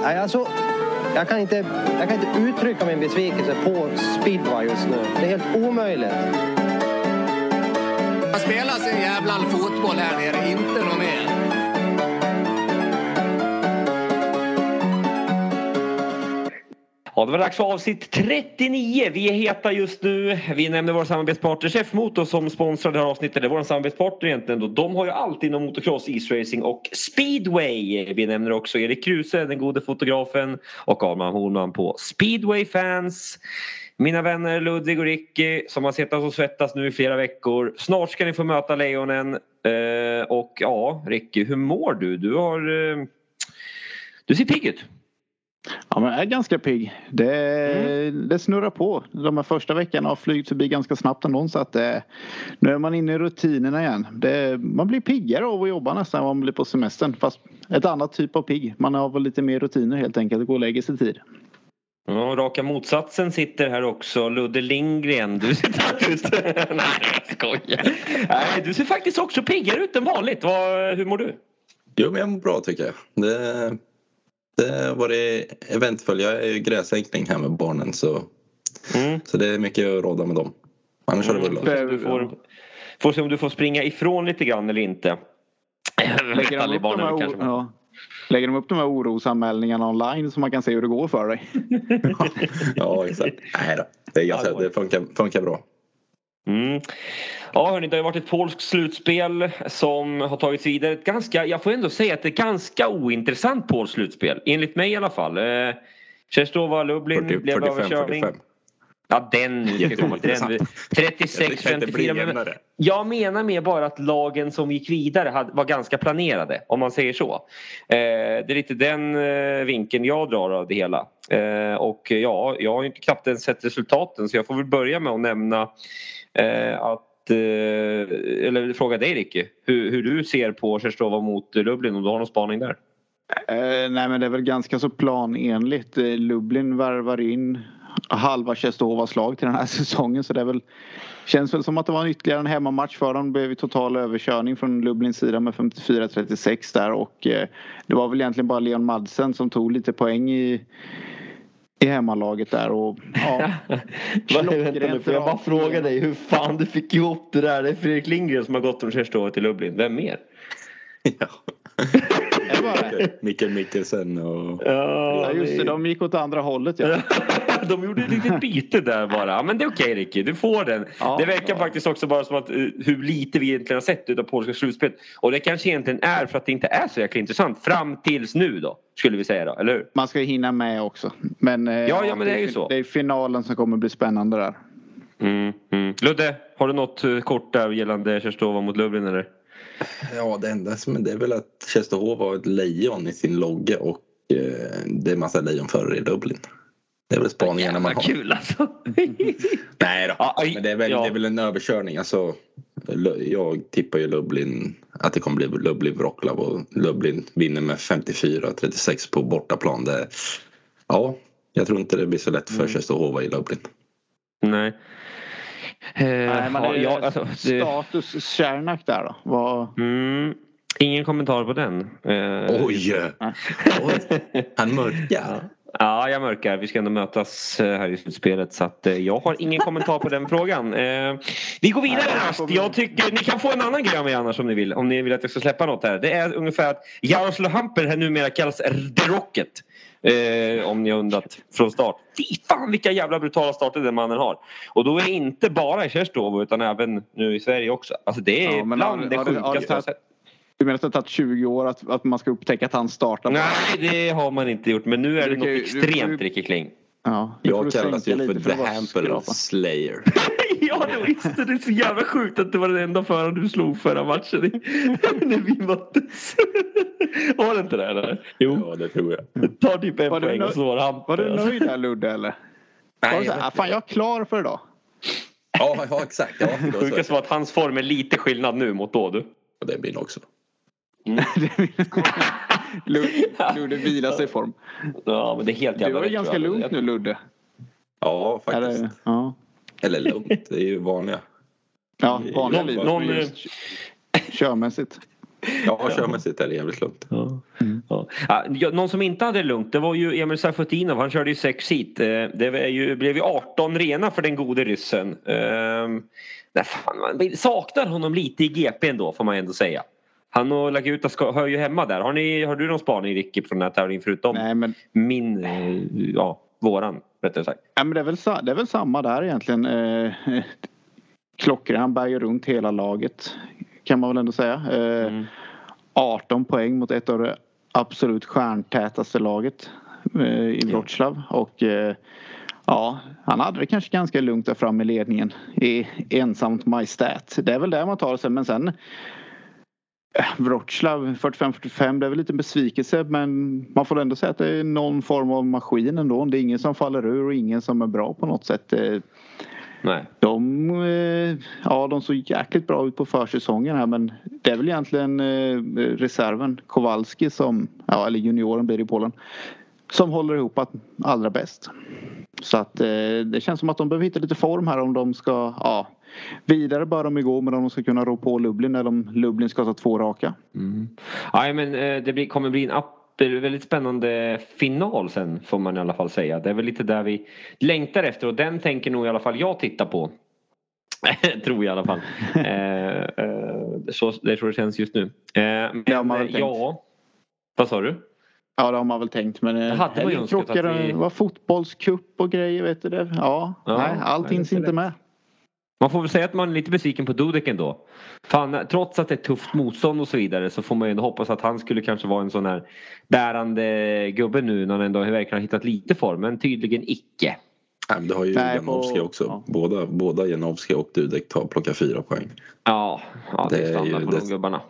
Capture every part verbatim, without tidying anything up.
Nej, alltså, jag, kan inte, jag kan inte uttrycka min besvikelse på Speedway just nu. Det är helt omöjligt. Man spelar sin jävla fotboll här nere, inte någon mer. Ja, det var dags för avsnitt trettionio. Vi är heta just nu. Vi nämner vår samarbetspartner Chef Motor som sponsrar det här avsnittet. Det är vår samarbetspartner egentligen då. De har ju allt inom motocross, isracing och speedway. Vi nämner också Erik Kruse, den gode fotografen, och Arman Hornman på Speedway Fans. Mina vänner Ludvig och Ricky som har sett oss och svettas nu i flera veckor. Snart ska ni få möta lejonen. Eh, och ja, Ricky, hur mår du? Du har... Eh, du ser pigg ut. Ja, men jag är ganska pigg. Det, mm. det snurrar på. De här första veckorna har flygit förbi ganska snabbt ändå, så att det, nu är man inne i rutinerna igen. Det, man blir piggare av att jobba nästan när man blir på semestern. Fast ett annat typ av pigg. Man har väl lite mer rutiner helt enkelt. Gå och lägga sig tid. Ja, raka motsatsen sitter här också. Ludde Lindgren. Du ser faktiskt... Nej, jag skojar. Nej, du ser faktiskt också piggare ut än vanligt. Vad, hur mår du? Jo, men jag mår bra tycker jag. Det... Det var det eventfölj. Jag är ju gräsänkning här med barnen. Så, mm. så det är mycket att råda med dem. Annars mm. har det väl du får, får se om du får springa ifrån lite grann eller inte. Lägger de, upp de, här, kanske, ja. Lägger de upp de här orosanmälningarna online så man kan se hur det går för dig? Ja, exakt. Nej då. Det, är ganska, det funkar, funkar bra. Mm. Ja hörni, det har varit ett polskt slutspel som har tagits vidare. Ett ganska, jag får ändå säga att det är ett ganska ointressant polskt slutspel. Enligt mig i alla fall. Eh, Czestochowa Lublin fyrtio, blev fyrtiofem, överkörning. fyrtiofem. Ja, den nu ska komma till den. trettiosex femtiofyra. Men jag menar med bara att lagen som gick vidare hade, var ganska planerade, om man säger så. Eh, det är lite den eh, vinkeln jag drar av det hela. Eh, och ja, jag har ju inte knappt ens sett resultaten, så jag får väl börja med att nämna eh, att, eh, eller fråga dig Ricky, hur, hur du ser på Czestochowa mot Lublin, om du har någon spaning där. Eh, nej men det är väl ganska så planenligt. Lublin värvar in halva Czestochovas lag till den här säsongen, så det är väl, känns väl som att det var en ytterligare en hemmamatch för dem. Det blev total överkörning från Lublins sida med femtiofyra trettiosex där, och eh, det var väl egentligen bara Leon Madsen som tog lite poäng i i hemmalaget där, och ja. Vänta, för jag bara fråga dig hur fan du fick ihop det där. Det är Fredrik Lindgren som har gått från Czestochowa till Lublin. Vem mer? Ja. Mikael Mikkelsen och... Ja, just det, de gick åt andra hållet. Ja. De gjorde ett litet byte där bara. Men det är okej Ricky, du får den. Ja, det verkar ja. faktiskt också bara som att uh, hur lite vi egentligen har sett utav polska slutspel. Och det kanske egentligen är för att det inte är så jäkla intressant fram tills nu då, skulle vi säga då, eller hur? Man ska hinna med också. Men, uh, ja, ja, men det är ju så. Det är finalen som kommer bli spännande där. Mm, mm. Ludde, har du något uh, kort där gällande Czestochowa mot Lublin eller? Ja, det enda som är det är väl att Czestochowa har ett lejon i sin logga, och eh, det är massa lejonförare i Dublin. Det är väl spaningarna man har. Kul alltså. Nej då, ja, men det är, väl, ja. det är väl en överkörning. Alltså, jag tippar ju Lublin, att det kommer bli Lublin-Wroclaw, och Lublin vinner med femtiofyra trettiosex på bortaplan. Det, ja, jag tror inte det blir så lätt för mm. Czestochowa i Lublin. Nej. Nej, man är ja, alltså, status Kärnak där då. Vad... Mm, ingen kommentar på den. Uh, Oj! Han mörkar. Ja, jag mörkar. Vi ska ändå mötas här i slutspelet, så att jag har ingen kommentar på den frågan. Uh, vi går vidare här. Jag tycker ni kan få en annan grej av mig annars om ni vill. Om ni vill att jag ska släppa något här. Det är ungefär att Jaroslav Hamper här numera kallas The Rocket. Eh, om ni har undrat från start. Fy fan vilka jävla brutala starter den mannen har. Och då är det inte bara i Czestochowa utan även nu i Sverige också. Alltså det är ja, bland har, det sjukaste jag har sett. Du menar att det har tagit tjugo år att, att man ska upptäcka att han startar? Nej, det har man inte gjort. Men nu är det du, något du, extremt, Ricky Kling. Ja, jag kallas ju för, för The Hamper Slayer. Ja, det visste det är så jävla sjukt att det var den enda föraren du slog förra matchen när vi möttes. Var det inte det eller? Jo, ja, det tror jag. Ta typ en poäng och så var han. Var du nöjd där Ludde eller? Nej, var du så här, fan jag är klar för idag. Ja, ja exakt. Ja, det brukar vara att hans form är lite skillnad nu mot då du. Och det blir också. Mm. Ludde vilar sig i form. Ja, men det är helt jävla. Det var ganska lugnt nu Ludde. Ja, faktiskt. Eller, ja. Eller lugnt, det är ju vanliga. Ja, vanliga liv. Någon, körmässigt. Ja, körmässigt är det jävligt lugnt. Ja. Mm. Ja. Ja, någon som inte hade det lugnt, det var ju Emil Safotinov. Han körde ju sex hit. Det var ju, blev ju arton rena för den gode ryssen. Ehm, nej, fan, man saknar honom lite i G P ändå, får man ändå säga. Han och Laguta hör ju hemma där. Har, ni, har du någon spaning, Ricky, från den här tävlingen förutom nej, men... min, ja, våran, rättare sagt? Ja, men det är väl, det är väl samma där egentligen. Eh, Klockren bär runt hela laget, kan man väl ändå säga. Eh, mm. arton poäng mot ett av det absolut stjärntätaste laget eh, i Wroclaw. Och eh, ja, han hade det kanske ganska lugnt där fram i ledningen i ensamt majestät. Det är väl där man tar sig, men sen Wroclaw fyrtiofem fyrtiofem, det är väl lite besvikelse, men man får ändå säga att det är någon form av maskin ändå. Det är ingen som faller ur och ingen som är bra på något sätt. Nej. De, ja, de såg jäkligt bra ut på försäsongen här, men det är väl egentligen reserven Kowalski som, ja, eller junioren blir i Polen, som håller ihop att allra bäst. Så att det känns som att de behöver hitta lite form här om de ska, ja, vidare bör de gå, men om de ska kunna rå på Lublin eller om Lublin ska ta två raka. Mm. Ja, men det blir, kommer bli en app, väldigt spännande final sen, får man i alla fall säga. Det är väl lite där vi längtar efter, och den tänker nog i alla fall jag titta på. Tror jag i alla fall. eh, eh, så det tror jag känns just nu. Eh, men ja, man ja, vad sa du? Ja, det har man väl tänkt, men det hade man ju tråkigare, vi... var fotbollscup och grejer, vet du det? Ja, ja, nej, allt hinns inte med. Man får väl säga att man är lite besviken på Dudek ändå. Fan, trots att det är tufft motstånd och så vidare, så får man ju ändå hoppas att han skulle kanske vara en sån här bärande gubbe nu när han ändå verkligen har hittat lite form, men tydligen icke. Nej, men det har ju Janowski också. Ja. Båda, båda Janowski och Dudek tar plocka fyra poäng. Ja, ja det, det är standard på det... de gubbarna.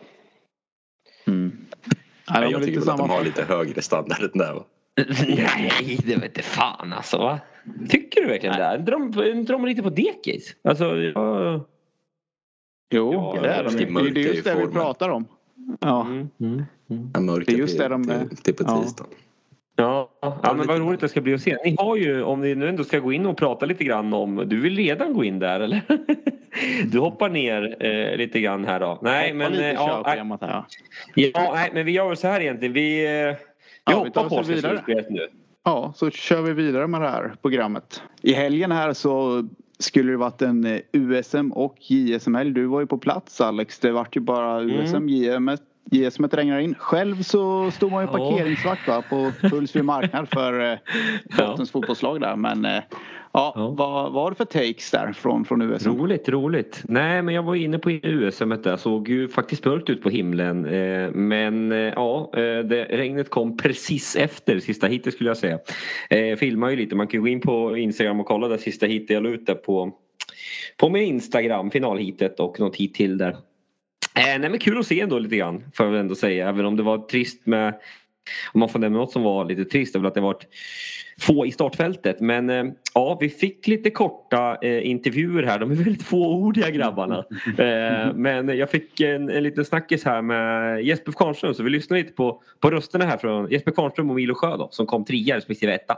Mm. Nej, jag, jag tycker väl att de har lite högre standard än där, va? Nej, det vet inte fan alltså, va? Tycker du verkligen det? Är de, är de lite på dekis? Alltså, ja... Jo, ja, det är de. Det, det är just det vi pratar om. Ja. Mm, mm, mm. Ja, mörker det är just det de är. Till, till på tisdag. Ja. Ja, ja, men vad roligt det ska bli att se. Ni har ju, om ni nu ändå ska gå in och prata lite grann om, du vill redan gå in där, eller? Du hoppar ner eh, lite grann här då. Nej, men lite ja, nej, här. ja, nej, men vi gör väl så här egentligen. Vi, eh, vi ja, hoppar vi på slutspelet nu. Ja, så kör vi vidare med det här programmet. I helgen här så skulle det varit en U S M och J S M-helg. Du var ju på plats, Alex. Det vart ju bara U S M, mm. J S M regnar in. Själv så stod man ju parkeringsvakt, va, på Hultsfred marknad för eh, Bottens ja. fotbollslag där. Men eh, ja, ja. Vad, vad var det för takes där från, från U S M? Roligt, roligt. Nej, men jag var inne på U S M där. Såg ju faktiskt mörkt ut på himlen. Eh, men eh, ja, det, regnet kom precis efter sista hitet, skulle jag säga. Eh, filmar ju lite. Man kan gå in på Instagram och kolla det sista hitet jag la ut där på, på min Instagram. Finalhitet och något hit till där. Eh, nej, men kul att se ändå lite grann, får jag väl ändå säga. Även om det var trist med, om man får nämna något som var lite trist, det var att det var få i startfältet. Men eh, ja, vi fick lite korta eh, intervjuer här. De är väldigt fåordiga, grabbarna. Eh, men jag fick en, en liten snackis här med Jesper Karnström. Så vi lyssnar lite på, på rösterna här från Jesper Karnström och Milo Sjö då, som kom trea respektive etta.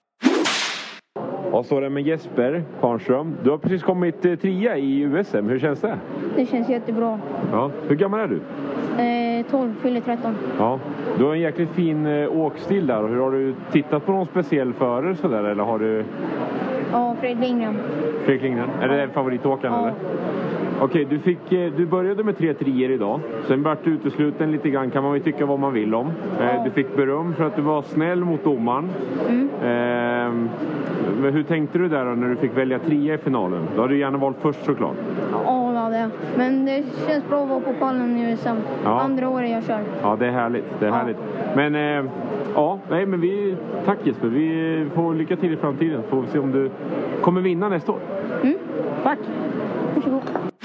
Ja, så är det med Jesper Karnström. Du har precis kommit eh, trea i U S M. Hur känns det? Det känns jättebra. Ja. Hur gammal är du? Eh, tolv, fyller tretton. Ja. Du har en jäkligt fin eh, åkstil där. Hur har du tittat på någon speciell förare så där, eller har du... Ja, Fredrik Lindgren. Fredrik Lindgren. Är det ja. favoritåkaren, ja. eller? Okej, du, fick, du började med tre treor idag. Sen vart du utesluten lite grann, kan man ju tycka vad man vill om. Ja. Du fick beröm för att du var snäll mot domaren. Mm. Eh, hur tänkte du där då när du fick välja trea i finalen? Då hade du gärna valt först, såklart. Ja, det hade jag. Men det känns bra att vara på pallen i U S M. Ja. Andra året jag kör. Ja, det är härligt. Det är ja. härligt. Men eh, ja, nej, men vi, tack Jesper. Vi får lycka till i framtiden. Får vi se om du kommer vinna nästa år. Mm. Tack. Varsågod.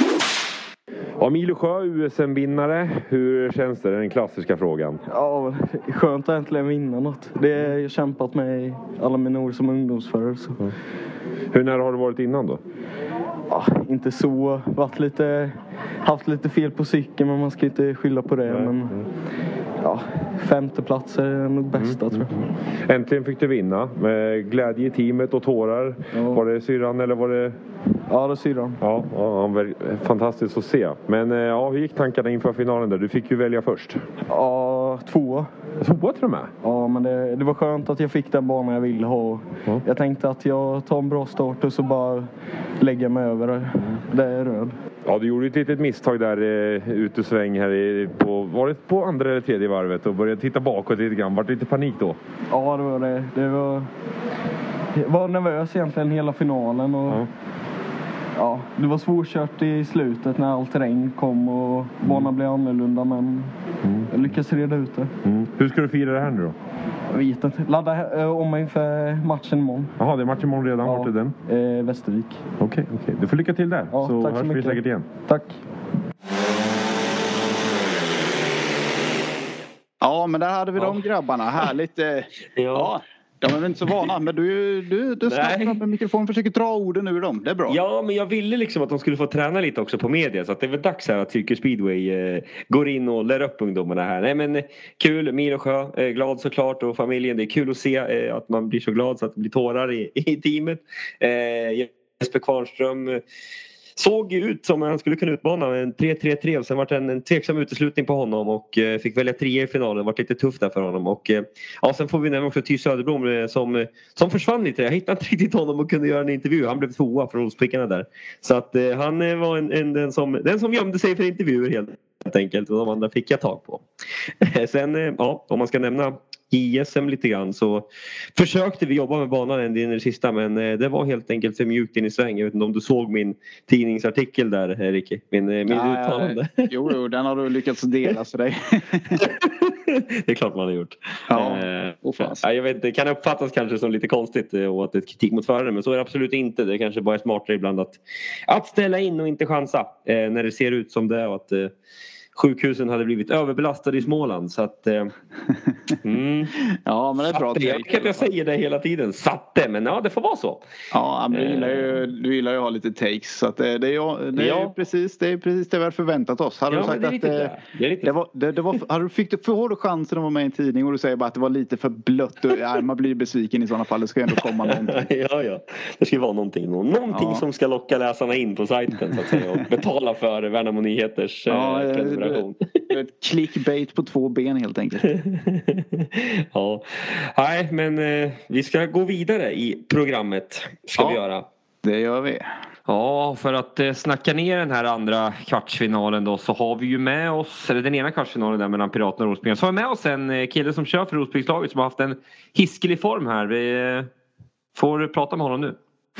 Ja, Milo Sjö, U S M-vinnare. Hur känns det? Den klassiska frågan. Ja, skönt att äntligen vinna något. Det har jag kämpat med i alla mina år som ungdomsförare. Så. Mm. Hur nära har du varit innan då? Ja, inte så. Varit lite, haft lite fel på cykeln, men man ska inte skylla på det. Nej. Men Ja, femte plats är nog bästa mm. tror jag. Äntligen fick du vinna med glädje i teamet och tårar. Ja. Var det syrran eller var det... Ja, det är syrran. Ja, ja, fantastiskt att se. Men ja, hur gick tankarna inför finalen där? Du fick ju välja först. Ja, tvåa. Tvåa till och med? Ja, men det, det var skönt att jag fick den banan jag ville ha. Ja. Jag tänkte att jag tar en bra start och så bara lägger mig över det. Det är röd. Ja, du gjorde ett litet misstag där eh, ut och sväng här i, på, var det på andra eller tredje varvet och började titta bakåt lite grann. Var det lite panik då? Ja, det var det. Det var, jag var nervös egentligen hela finalen och ja. Ja, det var svårkört i slutet när allt regn kom och banan mm. blev annorlunda, men mm. jag lyckades reda ut det. Mm. Hur ska du fira det här nu då? Jag vet inte. Ladda äh, om mig för matchen imorgon. Jaha, det är matchen imorgon redan. Ja. Vart är den? Eh, Västervik. Okej, okay, okej. Okay. Du får lycka till där. Ja, så tack hörs så mycket. vi säkert igen. Tack. Ja, men där hade vi ja. de grabbarna. Härligt. Eh, ja. ja. De är väl inte så vana, men du, du, du snabbt fram med mikrofonen, försöker dra orden ur dem. Det är bra. Ja, men jag ville liksom att de skulle få träna lite också på media. Så att det är väl dags här att Cirkus Speedway eh, går in och lär upp ungdomarna här. Nej, men kul, Milo Sjö, eh, glad såklart, och familjen. Det är kul att se eh, att man blir så glad så att det blir tårar i, i teamet. Eh, Jesper Kvarnström eh, såg ju ut som att han skulle kunna utmana en tre tre tre, och sen var det en, en tveksam uteslutning på honom och eh, fick välja trea i finalen. Det var lite tufft där för honom och eh, ja, sen får vi nämna också Ty Söderblom eh, som, som försvann lite. Jag hittade inte riktigt honom och kunde göra en intervju. Han blev tvåa för Olsprickarna där. Så att eh, han eh, var en, en, den, som, den som gömde sig för intervjuer helt enkelt, och de andra fick jag tag på. Sen, eh, ja, om man ska nämna i S M lite grann så försökte vi jobba med banan än i det sista, men det var helt enkelt för mjukt in i sväng. Jag vet inte om du såg min tidningsartikel där, Ricky, min, min ja, uttalande. Jo, jo, den har du lyckats dela för dig. Det är klart man har gjort. Ja, eh, jag vet, det kan uppfattas kanske som lite konstigt och att det är kritik mot föraren, men så är det absolut inte. Det kanske bara är smartare ibland att, att ställa in och inte chansa eh, när det ser ut som det är, och att eh, sjukhusen hade blivit överbelastade i Småland, så att eh, mm, ja, men det är bra. Jag vet att jag säger det hela tiden, satte, men ja, det får vara så. Ja, men du gillar ju, du gillar ju att ha lite takes, så att det, det är det är ja. precis det är precis det vi har förväntat oss. Hade ja, du sagt att det, det, det var det, det var hade du fick du för hård chansen att vara med i en tidning och du säger bara att det var lite för blött, och ja, man blir besviken i sådana fall. Det ska ändå komma någonting. Ja, ja. Det ska vara någonting någonting ja. som ska locka läsarna in på sajten så att säga, och betala för Värnamo Nyheters ja, eh, prenumeration. Ett clickbait på två ben helt enkelt. Ja. Nej, men eh, vi ska gå vidare i programmet. Ska ja, vi göra. Det gör vi. Ja, för att eh, snacka ner den här andra kvartsfinalen då, så har vi ju med oss, eller den ena kvartsfinalen där mellan Piraterna och Rospiggarna, så har vi med oss en eh, kille som kör för Rospigslaget som har haft en hiskelig form här. Vi eh, får prata med honom nu.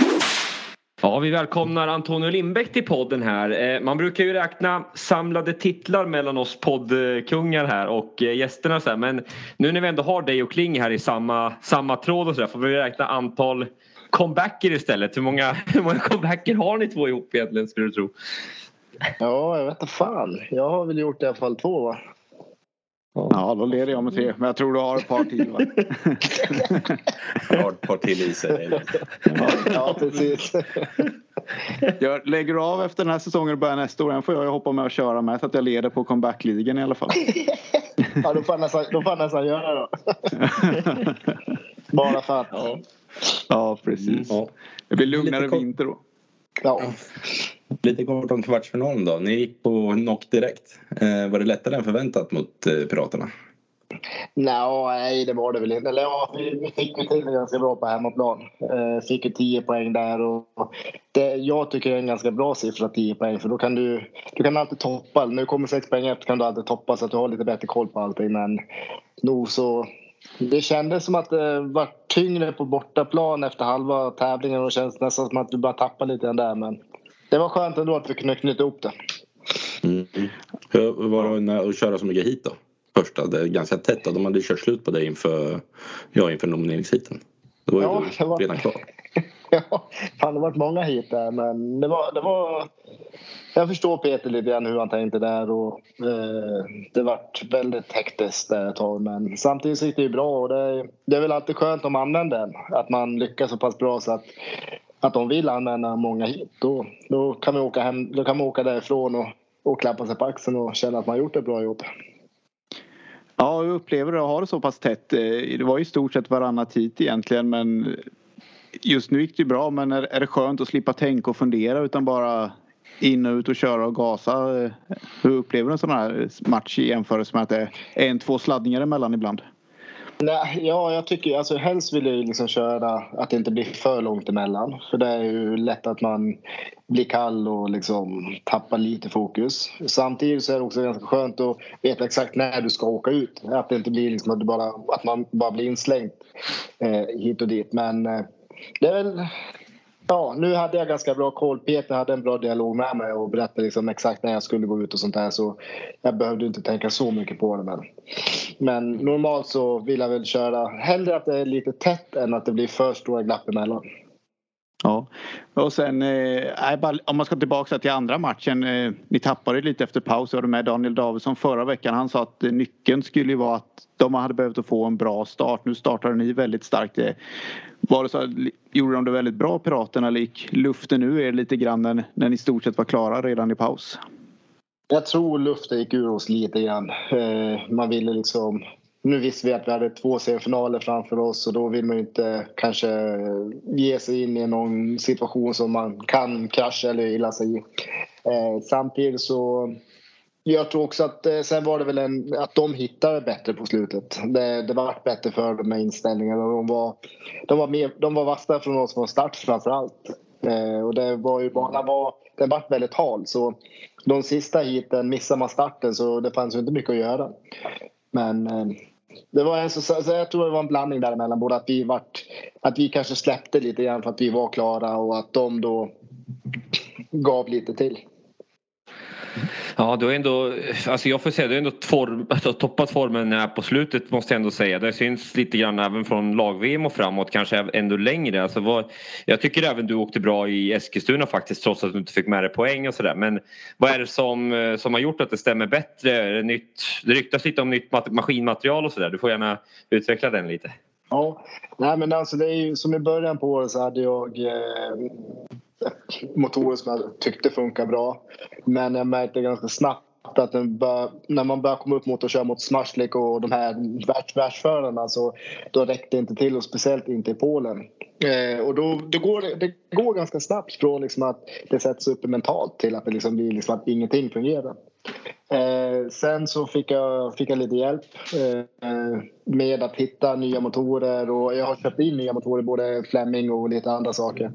Ja, vi välkomnar Antonio Lindbäck till podden här. Man brukar ju räkna samlade titlar mellan oss poddkungar här och gästerna så här. Men nu när vi ändå har dig och Kling här i samma, samma tråd och så där, får vi räkna antal comebacker istället. Hur många, hur många comebacker har ni två ihop egentligen, skulle du tro? Ja, jag vet inte fan. Jag har väl gjort i alla fall två, va? Ja, då leder jag med tre. Men jag tror du har ett par till, va? Jag har ett par till i sig. Ja, ja, precis. Jag lägger av efter den här säsongen och börjar nästa år. Den får jag hoppa med och köra med, så att jag leder på comeback-ligan i alla fall. Ja, då får jag nästan, då får jag nästan göra då. Bara för att. Ja, ja precis. Ja. Det blir lugnare vinter då. Ja. Lite kort om kvartsfinalen då. Ni gick på knock direkt. Eh, var det lättare än förväntat mot eh, Piraterna? No, nej, det var det väl inte. Eller ja, vi fick ju till ganska bra på hemmaplan. Eh, fick ju tio poäng där. Och det, jag tycker det är en ganska bra siffra, tio poäng. För då kan du, du kan alltid toppa. Nu kommer sex poäng efter, kan du alltid toppa så att du har lite bättre koll på allting. Men nog så... Det kändes som att det var tyngre på bortaplan efter halva tävlingen. Och det känns nästan som att du bara tappar lite den där. Men det var skönt ändå att vi kunde knyta ihop det. Mm. Hur var det att köra så mycket hit då? Första, det är ganska tätt. Och de hade kört slut på det inför, ja, inför nomineringsheaten. Då var ja, det var... redan klar. Ja, fan, det har varit många hit där. Men det var... Det var... Jag förstår Peter lite grann hur han tänkte där. Och, eh, det var väldigt hektiskt där ett tag. Men samtidigt så gick det ju bra. Och det, det är väl alltid skönt om man använder den. Att man lyckas så pass bra så att... Att de vill använda många hit. Då, då, kan, vi åka hem, då kan man åka därifrån och, och klappa sig på axeln och känna att man har gjort ett bra jobb. Ja, jag upplever det att ha det så pass tätt. Det var i stort sett varannat hit egentligen, men just nu gick det bra. Men är, är det skönt att slippa tänka och fundera utan bara in och ut och köra och gasa? Hur upplever du en sån här match i jämförelse med att det är en, två sladdningar emellan ibland? Nej, ja, jag tycker alltså helst vill jag liksom köra att det inte blir för långt emellan. För det är ju lätt att man blir kall och liksom tappar lite fokus. Samtidigt så är det också ganska skönt att veta exakt när du ska åka ut. Att det inte blir liksom att, du bara, att man bara blir inslängd eh, hit och dit. Men eh, det är väl... Ja, nu hade jag ganska bra koll. Peter hade en bra dialog med mig och berättade liksom exakt när jag skulle gå ut och sånt där. Så jag behövde inte tänka så mycket på det. Men, men normalt så vill jag väl köra hellre att det är lite tätt än att det blir för stora glapp emellan. Ja, och sen eh, bara, om man ska tillbaka till andra matchen. Eh, ni tappade lite efter paus. Jag var med Daniel Davidsson förra veckan. Han sa att eh, nyckeln skulle ju vara att de hade behövt att få en bra start. Nu startade ni väldigt starkt. Eh, var det så, gjorde de det väldigt bra, Piraterna? Lik luften nu är lite grann när, när ni i stort sett var klara redan i paus? Jag tror luften gick ur oss lite grann. Eh, man ville liksom... Nu visste vi att vi hade två semifinaler framför oss och då vill man ju inte kanske ge sig in i någon situation som man kan krascha eller illa sig i. Eh, samtidigt så jag tror också att eh, sen var det väl en, att de hittade bättre på slutet. Det, det var bättre för dem med inställningen och de var, de var, mer, de var vassa från oss från start framförallt. Eh, och det var ju banan var, den var väldigt hal så de sista hiten missade man starten så det fanns ju inte mycket att göra. Men eh, det var en så, så jag tror det var en blandning däremellan både att vi vart, att vi kanske släppte lite grann för att vi var klara och att de då gav lite till. Ja, du har ändå, alltså jag får säga, du har ändå form, alltså toppat formen här på slutet måste jag ändå säga. Det syns lite grann även från lag-V M och framåt, kanske ändå längre. Alltså vad, jag tycker även du åkte bra i Eskilstuna faktiskt, trots att du inte fick med dig poäng och sådär. Men vad är det som, som har gjort att det stämmer bättre? Är det, nytt, det ryktas lite om nytt maskinmaterial och sådär. Du får gärna utveckla den lite. Ja, nej men alltså det är ju som i början på året så hade jag eh, motorer som jag tyckte funkar bra. Men jag märkte ganska snabbt att den bör, när man börjar komma upp mot att köra mot Smarslik och de här världsförarna så då räckte det inte till och speciellt inte i Polen. Eh, och då det går det går ganska snabbt från liksom att det sätts upp mentalt till att det liksom blir liksom att ingenting fungerar. Eh, sen så fick jag, fick jag lite hjälp eh, med att hitta nya motorer och jag har köpt in nya motorer, både Fleming och lite andra saker.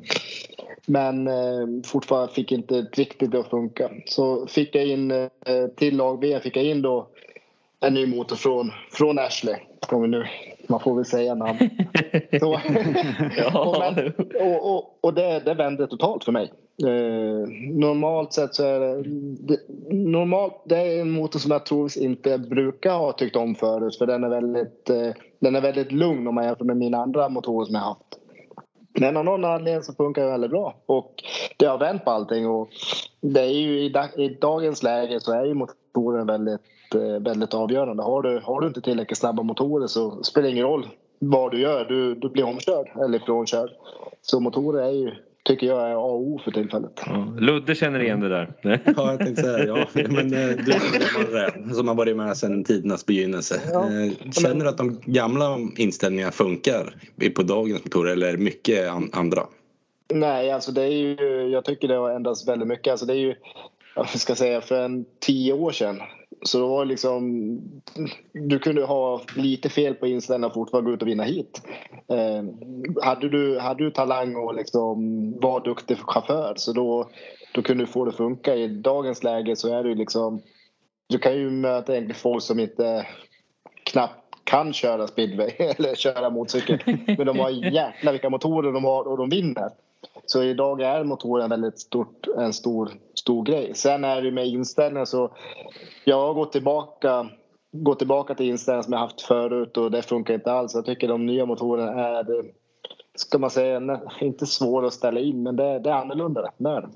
Men eh, fortfarande fick inte riktigt att funka. Så fick jag in eh, till lag B, fick jag in då en ny motor från, från Ashley. Om vi nu, man får väl säga namn. Så, ja. och, men, och, och, och det, det vände totalt för mig. Eh, normalt sett så är det, det normalt, det är en motor som jag tror inte brukar ha tyckt om förut. För den är väldigt, eh, den är väldigt lugn om man jämför med mina andra motorer som jag har haft. Men av någon anledning så funkar det väldigt bra. Och det har vänt på allting. Och det är ju i, dag, i dagens läge så är ju motoren väldigt, väldigt avgörande. Har du, har du inte tillräckligt snabba motorer så spelar det ingen roll vad du gör. Du, du blir omkörd eller frånkörd. Så motorer är ju, tycker jag är A och O för tillfället. Ja. Ludde känner igen det där. Ja, jag tänkte säga ja. Men du som har varit med sedan tidernas begynnelse. Ja. Känner du att de gamla inställningarna funkar på dagens motorer eller mycket andra? Nej, alltså det är ju, jag tycker det har ändrats väldigt mycket. Alltså det är ju, jag ska säga, för en tio år sedan. Så då var det liksom, du kunde ha lite fel på inställningen och fortfarande gå ut och vinna hit. Eh, hade, du, hade du talang och liksom var duktig chaufför så då, då kunde du få det funka. I dagens läge så är det ju liksom, du kan ju möta egentligen folk som inte knappt kan köra speedway eller köra motorcykel. Men de har jäkla vilka motorer de har och de vinner. Så idag är motoren väldigt stort, en stor, stor grej. Sen är det med inställningen så jag har gått tillbaka, gått tillbaka till inställningen som jag haft förut och det funkar inte alls. Jag tycker de nya motorerna är, ska man säga, inte svåra att ställa in men det, det är annorlunda. Det är det.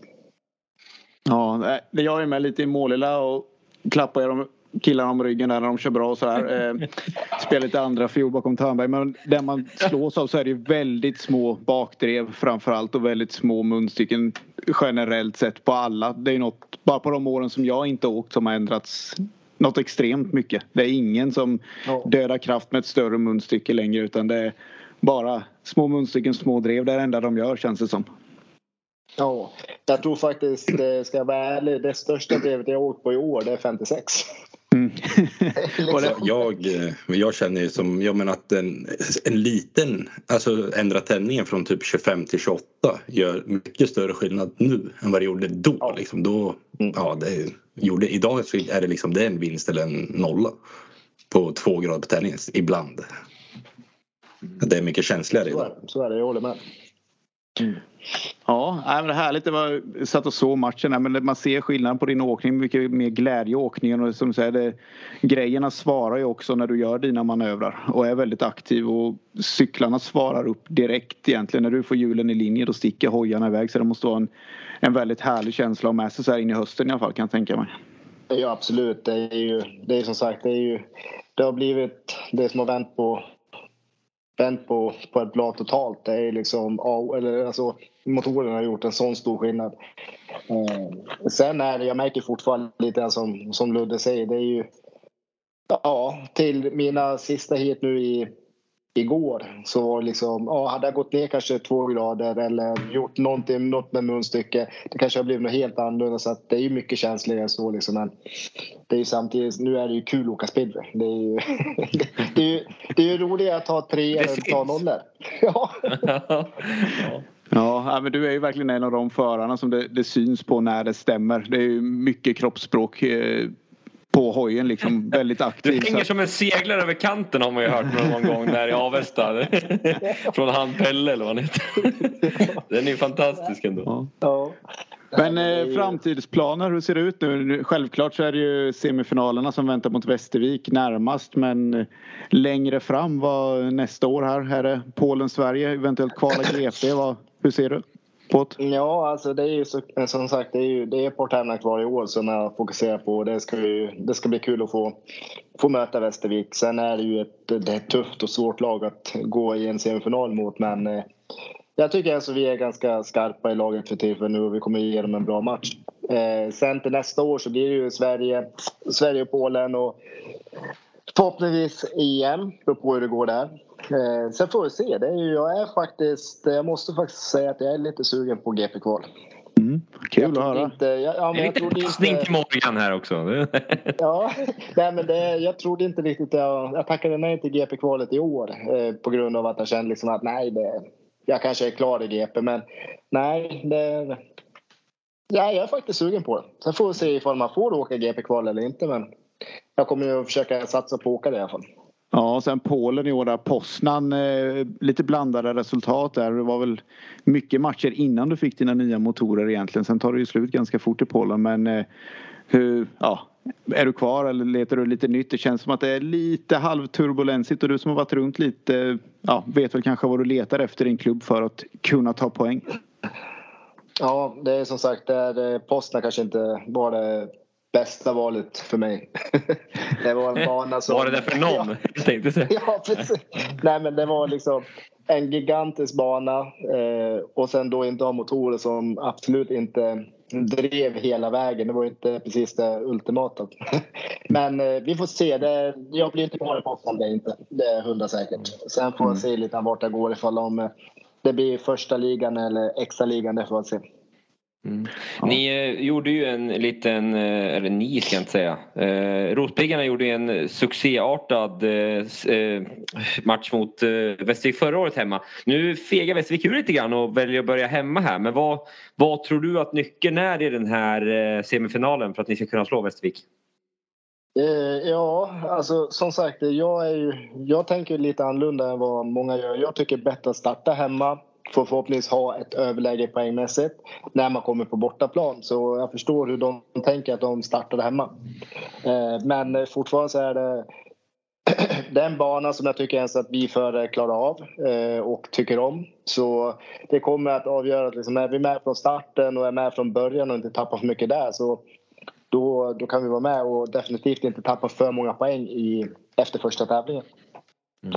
Ja, jag är med lite i Målilla och klappar dem killarna om ryggen där när de kör bra och sådär. Eh, spelar lite andra fjol bakom Törnberg. Men där man slås av så är det väldigt små bakdrev framförallt och väldigt små munstycken generellt sett på alla. Det är något, bara på de åren som jag inte åkt som har ändrats något extremt mycket. Det är ingen som ja. dödar kraft med ett större munstycke längre, utan det är bara små munstycken, små drev. Det är det enda de gör, känns det som. Ja, jag tror faktiskt, det ska vara ärlig, det största drevet jag har åkt på i år, det är femtiosex. Mm. liksom. jag, jag känner ju som, jag menar att en, en liten, alltså ändra tändningen från typ tjugofem till tjugoåtta gör mycket större skillnad nu än vad det gjorde då. Ja. Liksom. Då mm. ja, det gjorde, idag är det liksom, det är en vinst eller en nolla på två grader på tändningen ibland. Det är mycket känsligare idag. Så är, så är det, jag håller med. Mm. Ja, det var härligt. Det var satt och så matchen, men man ser skillnaden på din åkning, mycket mer glädje i åkningen, och som du säger, det, grejerna svarar ju också när du gör dina manövrar och är väldigt aktiv, och cyklarna svarar upp direkt egentligen när du får hjulen i linje, då sticker hojarna iväg, så det måste vara en, en väldigt härlig känsla att med sig så här in i hösten i alla fall, kan jag tänka mig. Ja, absolut. Det är ju, det är som sagt, det är ju, det har blivit det som har vänt på vänt på, på ett blad totalt. Det är liksom, eller alltså motorerna har gjort en sån stor skillnad. Eh, sen är det, jag märker fortfarande lite som, som Ludde säger, det är ju, ja, till mina sista hit nu i igår, så var det liksom, ja, hade jag gått ner kanske två grader eller gjort någonting, något med munstycke, det kanske har blivit något helt annorlunda, så att det är ju mycket känsligare så liksom, men det är ju samtidigt, nu är det ju kul att åka speedway. Det är ju det är ju, det är ju roligare att ta tre eller ta nollor. Ja. Ja, men du är ju verkligen en av de förarna som det, det syns på när det stämmer. Det är ju mycket kroppsspråk på hojen, liksom väldigt aktiv. Du hänger som en seglare över kanten, har man ju hört någon gång där i Avesta. Från han Pelle eller vad han heter. Den är ju fantastisk ändå. Ja. Men eh, framtidsplaner, hur ser det ut nu? Självklart så är det ju semifinalerna som väntar mot Västervik närmast, men längre fram, vad nästa år här? Är det Polen, Sverige, eventuellt kvala G P? Vad, hur ser du på det? Ja, alltså det är ju så, som sagt, det är ju det är porttävlingar kvar i år som jag fokuserar på. Det ska ju, det ska bli kul att få, få möta Västervik. Sen är det ju ett, det är ett tufft och svårt lag att gå i en semifinal mot, men eh, jag tycker alltså vi är ganska skarpa i laget för tillfället nu, och vi kommer ge dem en bra match. Eh, sen till nästa år så blir det ju Sverige, Sverige och Polen, och förhoppningsvis E M, på hur det går där. Eh, sen får vi se. Det är ju, jag är faktiskt, jag måste faktiskt säga att jag är lite sugen på G P-kval. Mm, kul att höra. Inte, jag, ja, men jag trodde inte passning till Morgan här också. Ja, nej, men det, jag trodde inte riktigt, jag, jag tackade nej till G P-kvalet i år eh, på grund av att jag kände liksom att nej, det, jag kanske är klar i G P, men nej, det, ja, jag är faktiskt sugen på det. Sen får vi se ifall man får åka G P-kval eller inte, men jag kommer ju att försöka satsa på att åka det i alla fall. Ja, och sen Polen i år där, Poznan, eh, lite blandade resultat där. Det var väl mycket matcher innan du fick dina nya motorer egentligen. Sen tar det ju slut ganska fort i Polen, men eh, hur, ja, är du kvar eller letar du lite nytt? Det känns som att det är lite halvturbulensigt, och du som har varit runt lite, ja, vet väl kanske vad du letar efter i en klubb för att kunna ta poäng. Ja, det är som sagt, det är, Poznan kanske inte var det bästa valet för mig. Det var en bana som... Var det där för någon? Ja, jag tänkte säga. Ja, precis. Nej, men det var liksom en gigantisk bana, eh, och sen då inte ha motorer som absolut inte drev hela vägen. Det var inte precis det ultimata. Men eh, vi får se. Det, jag blir inte kvar i Poznan, det är inte. Det är hundra säkert. Sen får jag se lite vart det går, ifall om det blir första ligan eller extra ligan, det får jag se. Mm. Ja. Ni eh, gjorde ju en liten, eh, eller ni ska jag inte säga, eh, Rospiggarna gjorde en succéartad eh, match mot eh, Västervik förra året hemma. Nu fegar Västervik ur lite grann och väljer att börja hemma här, men vad, vad tror du att nyckeln är i den här eh, semifinalen för att ni ska kunna slå Västervik? Eh, ja, alltså som sagt, jag, är ju, jag tänker lite annorlunda än vad många gör. Jag tycker bättre att starta hemma, för förhoppningsvis ha ett överläge poängmässigt när man kommer på bortaplan. Så jag förstår hur de tänker att de startade hemma. Eh, men fortfarande så är det den bana som jag tycker ens att vi förare klarar av eh, och tycker om. Så det kommer att avgöra att liksom, är vi med från starten och är med från början och inte tappar för mycket där, så då, då kan vi vara med och definitivt inte tappa för många poäng i, efter första tävlingen. Mm.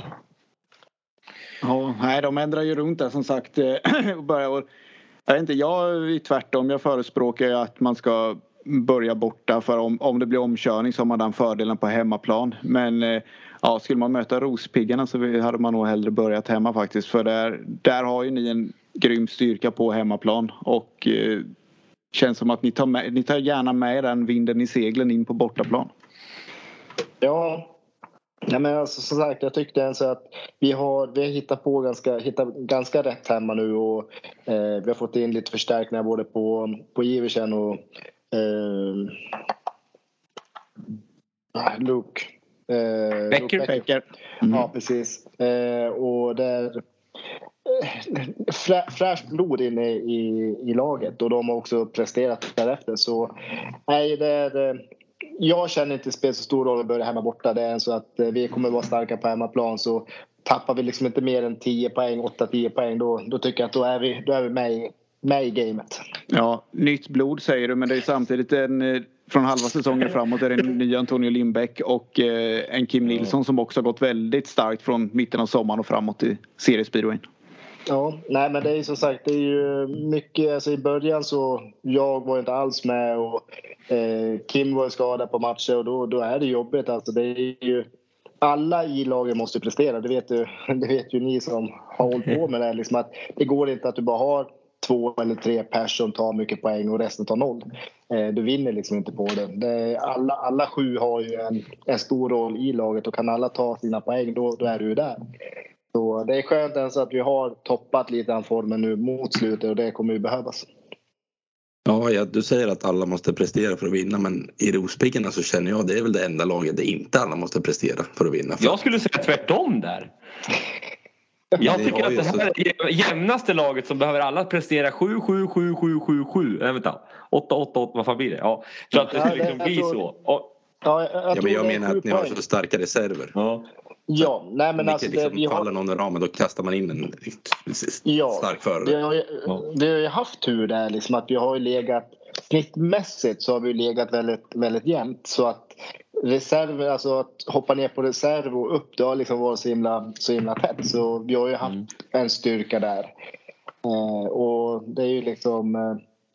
Ja, nej, de ändrar ju runt där som sagt. Jag vet inte, jag är tvärtom. Jag förespråkar att man ska börja borta. För om, om det blir omkörning så har man den fördelen på hemmaplan. Men eh, ja, skulle man möta Rospiggarna så hade man nog hellre börjat hemma faktiskt. För där, där har ju ni en grym styrka på hemmaplan. Och eh, känns som att ni tar, med, ni tar gärna med den vinden i seglen in på bortaplan. Ja. Ja, men alltså, som sagt, jag tyckte ens att vi har, vi har hittat på ganska, hittat ganska rätt hemma nu och eh, vi har fått in lite förstärkningar både på, på Iversen och eh, Luke. Eh, Becker. Luke Becker. Mm. Ja, precis. Eh, och där frä, fräscht blod inne i, i laget och de har också presterat därefter. Så nej, det är... Jag känner inte spel så stor roll att börja hemma borta. Det är så att vi kommer vara starka på hemmaplan. Så tappar vi liksom inte mer än tio poäng, åtta till tio poäng. Då, då tycker jag att då är vi, då är vi med, i, med i gamet. Ja, nytt blod säger du. Men det är samtidigt en, från halva säsongen framåt är det en ny Antonio Lindbäck och en Kim Nilsson som också har gått väldigt starkt från mitten av sommaren och framåt i seriespeedwayn. Ja, nej men det är ju som sagt, det är ju mycket, alltså i början så jag var inte alls med och eh, Kim var skadad på matcher och då, då är det jobbigt alltså. Det är ju, alla i laget måste prestera, det vet, du, det vet ju ni som har hållit på med det liksom, att det går inte att du bara har två eller tre personer som tar mycket poäng och resten tar noll. Eh, du vinner liksom inte på det. det är, alla, alla sju har ju en, en stor roll i laget och kan alla ta sina poäng då, då är du ju där. Så det är skönt ens att vi har toppat lite den formen nu mot slutet och det kommer ju behövas. Ja, ja, du säger att alla måste prestera för att vinna, men i Rospiggarna så känner jag att det är väl det enda laget där inte alla måste prestera för att vinna. För... Jag skulle säga tvärtom där. Jag tycker att det här är jämnaste laget som behöver alla prestera sju, sju, sju, sju, sju, sju. Nej, vänta. åtta, åtta, åtta, vad fan blir det? Ja, så att det ska liksom bli så. Och... Ja, jag, jag, ja, men jag menar att ni har så starka reserver. Ja. Ja, nej men alltså liksom det, vi faller har... någon ramen, då kastar man in en ja, stark förare. Vi har, ju, vi har ju haft tur där liksom att vi har ju legat snittmässigt så har vi legat väldigt, väldigt jämnt så att reserver, alltså att hoppa ner på reserv och upp, det har liksom varit så himla, så himla tätt så vi har ju haft mm. en styrka där eh, och det är ju liksom eh,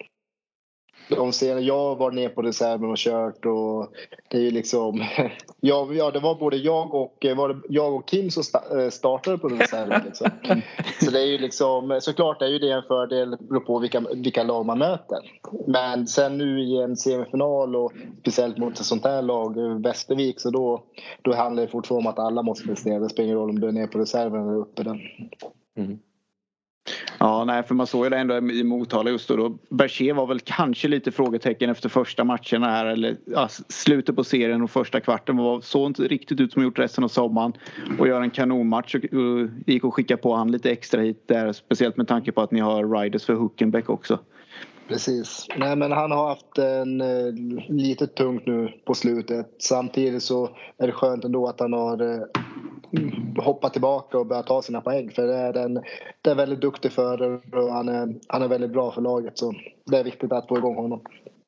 de ser, jag var ner på reserven och kört och det är ju liksom ja, ja det var både jag och var det jag och Kim som startade på reserven liksom. Så det är ju liksom såklart det är ju det en fördel beror på vilka, vilka lag man möter. Men sen nu i en semifinal och speciellt mot ett sånt här lag Västervik så då, då handlar det fortfarande om att alla måste prestera. Det spelar ingen roll om du är ner på reserven eller uppe den. Mm. Ja, nej, för man såg ju det ändå i Motala just då. då. Berger var väl kanske lite frågetecken efter första matchen här. Eller ja, slutet på serien och första kvarten. Var så inte riktigt ut som gjort resten av sommaren. Och gör en kanonmatch och, och gick och skicka på han lite extra hit där. Speciellt med tanke på att ni har riders för Huckenbeck också. Precis. Nej, men han har haft en eh, lite tungt nu på slutet. Samtidigt så är det skönt ändå att han har eh, hoppat tillbaka och börjat ta sina poäng. För det är, en, det är väldigt duktig förare och han är, han är väldigt bra för laget. Så det är viktigt att få igång honom.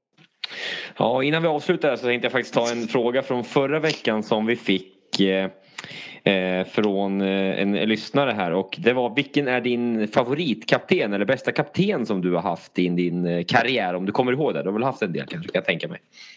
Ja, innan vi avslutar så tänkte jag faktiskt ta en fråga från förra veckan som vi fick eh, eh, från eh, en lyssnare här. Och det var, vilken är din favoritkapten eller bästa kapten som du har haft i din eh, karriär? Om du kommer ihåg det, du har väl haft en del kanske, kan jag tänka mig.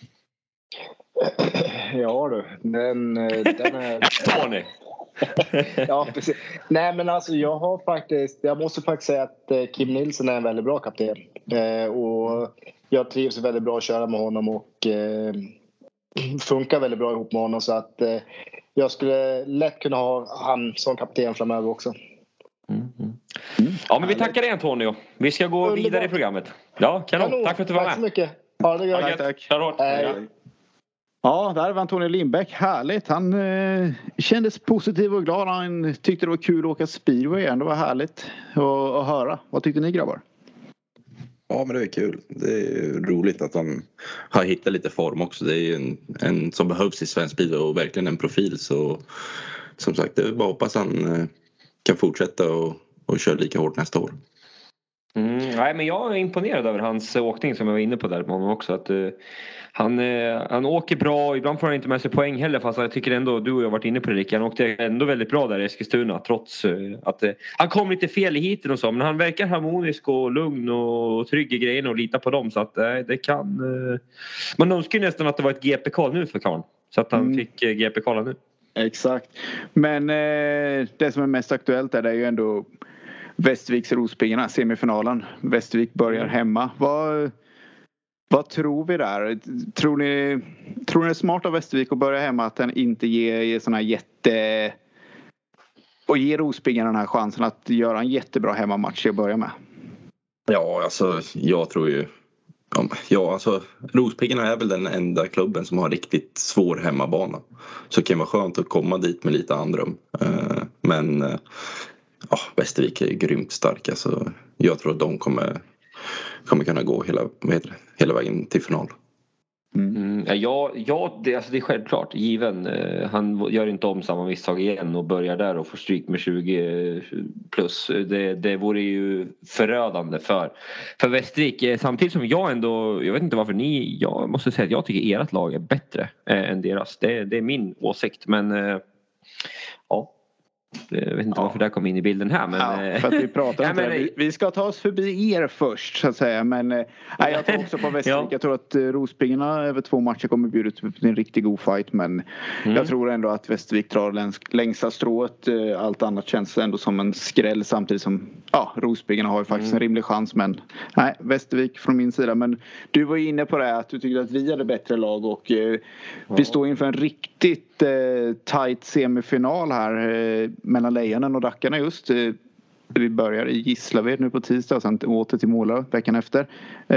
Ja du, den, den är... Tony. Ja, precis. Nej men alltså jag har faktiskt, jag måste faktiskt säga att Kim Nilsson är en väldigt bra kapten. Eh, och jag trivs väldigt bra att köra med honom och eh, funkar väldigt bra ihop med honom så att eh, jag skulle lätt kunna ha han som kapten framöver också. Mm, mm. Mm. Ja, men vi tackar dig Antonio. Vi ska gå Underbar. vidare i programmet. Ja, kanon. kanon. Tack för att du var med. Tack så mycket. Ha det gott. Tack, tack. tack. Hej. Ja, där var Antonio Lindbäck. Härligt. Han eh, kändes positiv och glad. Han tyckte det var kul att åka speedway igen. Det var härligt att, att höra. Vad tyckte ni grabbar? Ja, men det är kul. Det är roligt att han har hittat lite form också. Det är ju en, en som behövs i svensk speedway och verkligen en profil. Så som sagt, det är bara hoppas han kan fortsätta och, och köra lika hårt nästa år. Mm, nej, men jag är imponerad över hans åkning som jag var inne på där med honom också. Att, uh, han, uh, han åker bra, ibland får han inte med sig poäng heller, fast jag tycker ändå, du och jag har varit inne på det, Rick, han åkte ändå väldigt bra där i Eskilstuna trots uh, att uh, han kom lite fel i hiten och så, men han verkar harmonisk och lugn och trygg i grejerna och lita på dem, så att uh, det kan uh... man önskar nästan att det var ett G P-kval nu för Karl, så att han mm. fick uh, G P-kvala nu. Exakt, men uh, det som är mest aktuellt är det är ju ändå Västerviks Rospiggarna, semifinalen. Västervik börjar hemma. Vad, vad tror vi där? Tror ni, tror ni det är smart av Västervik att börja hemma, att den inte ger, ger såna jätte... och ger Rospiggarna den här chansen att göra en jättebra hemmamatch till att börja med? Ja, alltså jag tror ju... Ja, alltså Rospiggarna är väl den enda klubben som har riktigt svår hemmabana. Så det kan vara skönt att komma dit med lite andrum. Men... Ja, Västervik är grymt starka, så jag tror att de kommer, kommer kunna gå hela, hela vägen till final. Mm. Mm, ja, ja det, alltså det är självklart. Given, eh, han gör inte om samma misstag igen och börjar där och får stryk med tjugo plus. Det, det vore ju förödande för, för Västervik. Eh, samtidigt som jag ändå, jag vet inte varför ni, jag måste säga att jag tycker ert lag är bättre eh, än deras. Det, det är min åsikt, men eh, ja. Jag vet inte ja. varför det kom in i bilden här, men... Ja, för att vi pratar ja, men... vi, vi ska ta oss förbi er först, så att säga. Men nej, jag tror också på Västervik. ja. Jag tror att Rospiggarna över två matcher kommer bjuda ut en riktigt god fight. Men mm. jag tror ändå att Västervik drar läns, längsta strået. Allt annat känns ändå som en skräll, samtidigt som ja, Rospiggarna har ju faktiskt mm. en rimlig chans. Men nej, Västervik från min sida. Men du var inne på det, att du tyckte att vi hade bättre lag. Och eh, ja. vi står inför en riktigt eh, tight semifinal här. Eh, mellan Lejonen och Rackarna just. Vi börjar i Gislaved nu på tisdag och sen åter till Måla veckan efter.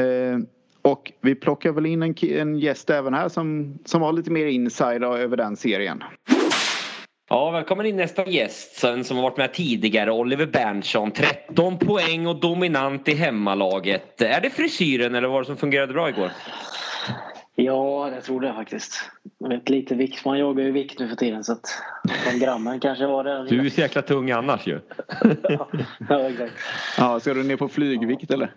Och vi plockar väl in en, en gäst även här som, som har lite mer insider över den serien. Ja, välkommen in nästa gäst sen som har varit med tidigare, Oliver Berntsson. tretton poäng och dominant i hemmalaget. Är det frisyren eller vad som fungerade bra igår? Ja, jag tror det faktiskt. Jag vet lite vikt. Man jagar ju vikt nu för tiden, så att de grammen kanske var det. Du är så jäkla tung annars ju. ja, ja, exakt. Ja, ska du ner på flygvikt eller?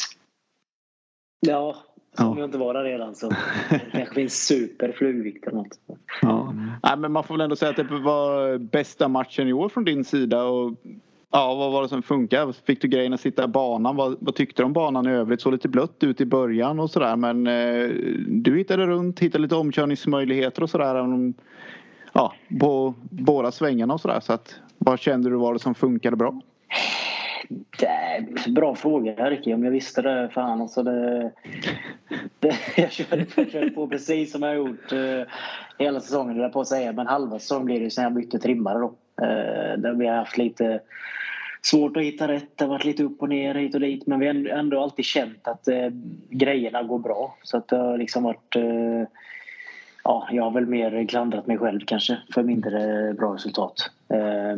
Ja, om jag inte var där redan så det kanske finns superflygvikt eller något. Ja. Nej, men man får väl ändå säga att det var bästa matchen i år från din sida. Och ja, vad var det som funkar? Fick du grejen att sitta i banan? Vad, vad tyckte du om banan i övrigt? Så lite blött ut i början och sådär. Men eh, du hittade runt, hittade lite omkörningsmöjligheter och sådär. Ja, på båda svängarna och sådär. Så att, vad kände du var det som funkade bra? Det är bra fråga, Ricky. Om jag visste det, fan. Alltså det, det, jag körde, jag körde på precis som jag har gjort eh, hela säsongen. Det är på att säga. Men halva säsongen blir det sen jag bytte trimmare då. Eh, där vi har haft lite svårt att hitta rätt. Det har varit lite upp och ner hit och dit. Men vi har ändå alltid känt att eh, grejerna går bra. Så att det har liksom varit... Eh, ja, jag har väl mer klandrat mig själv kanske för mindre bra resultat. Eh,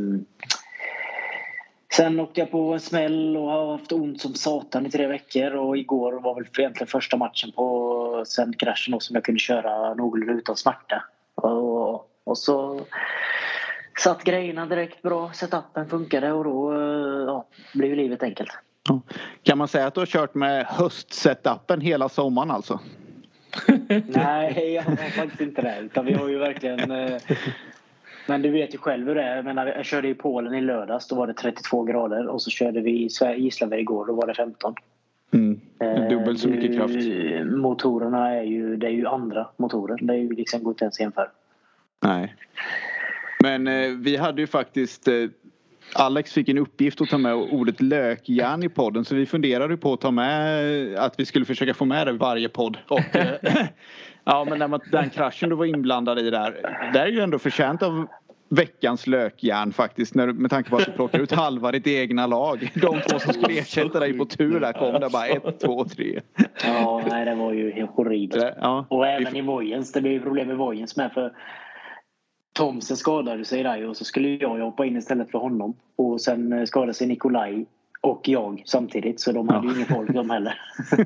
Sen åkte jag på en smäll och har haft ont som satan i tre veckor. Och igår var väl egentligen första matchen på sen kraschen som jag kunde köra någorlunda utan smärta. Och, och så satt grejerna direkt bra. Setupen funkade och då ja, blev livet enkelt. Kan man säga att du har kört med höstsetupen hela sommaren alltså? Nej, jag har faktiskt inte det. Utan vi har ju verkligen... Men du vet ju själv hur det är. Jag, menar, jag körde i Polen i lördags. Då var det trettiotvå grader. Och så körde vi i Gislaved igår. Då var det femton. Mm. Dubbelt så mycket kraft. Motorerna är ju... Det är ju andra motorer. Det är ju liksom gått ens jämför. Nej. Men eh, vi hade ju faktiskt... Eh, Alex fick en uppgift att ta med ordet lökjärn i podden. Så vi funderade på att ta med... Att vi skulle försöka få med det i varje podd. Och... Eh, ja, men när man, den kraschen du var inblandad i där. Det är ju ändå förtjänt av veckans lökjärn faktiskt. När, med tanke på att du plockar ut halva ditt egna lag. De två som skulle ersätta dig på tur där kom där bara ett, två, tre. Ja, nej, det var ju helt horribelt. Ja, och även i Vojens. Det blev ju problem med Vojens med för Thomsen skadade sig där och så skulle jag hoppa in istället för honom. Och sen skadade sig Nikolaj. Och jag samtidigt. Så de hade ju ja. ingen folk de heller.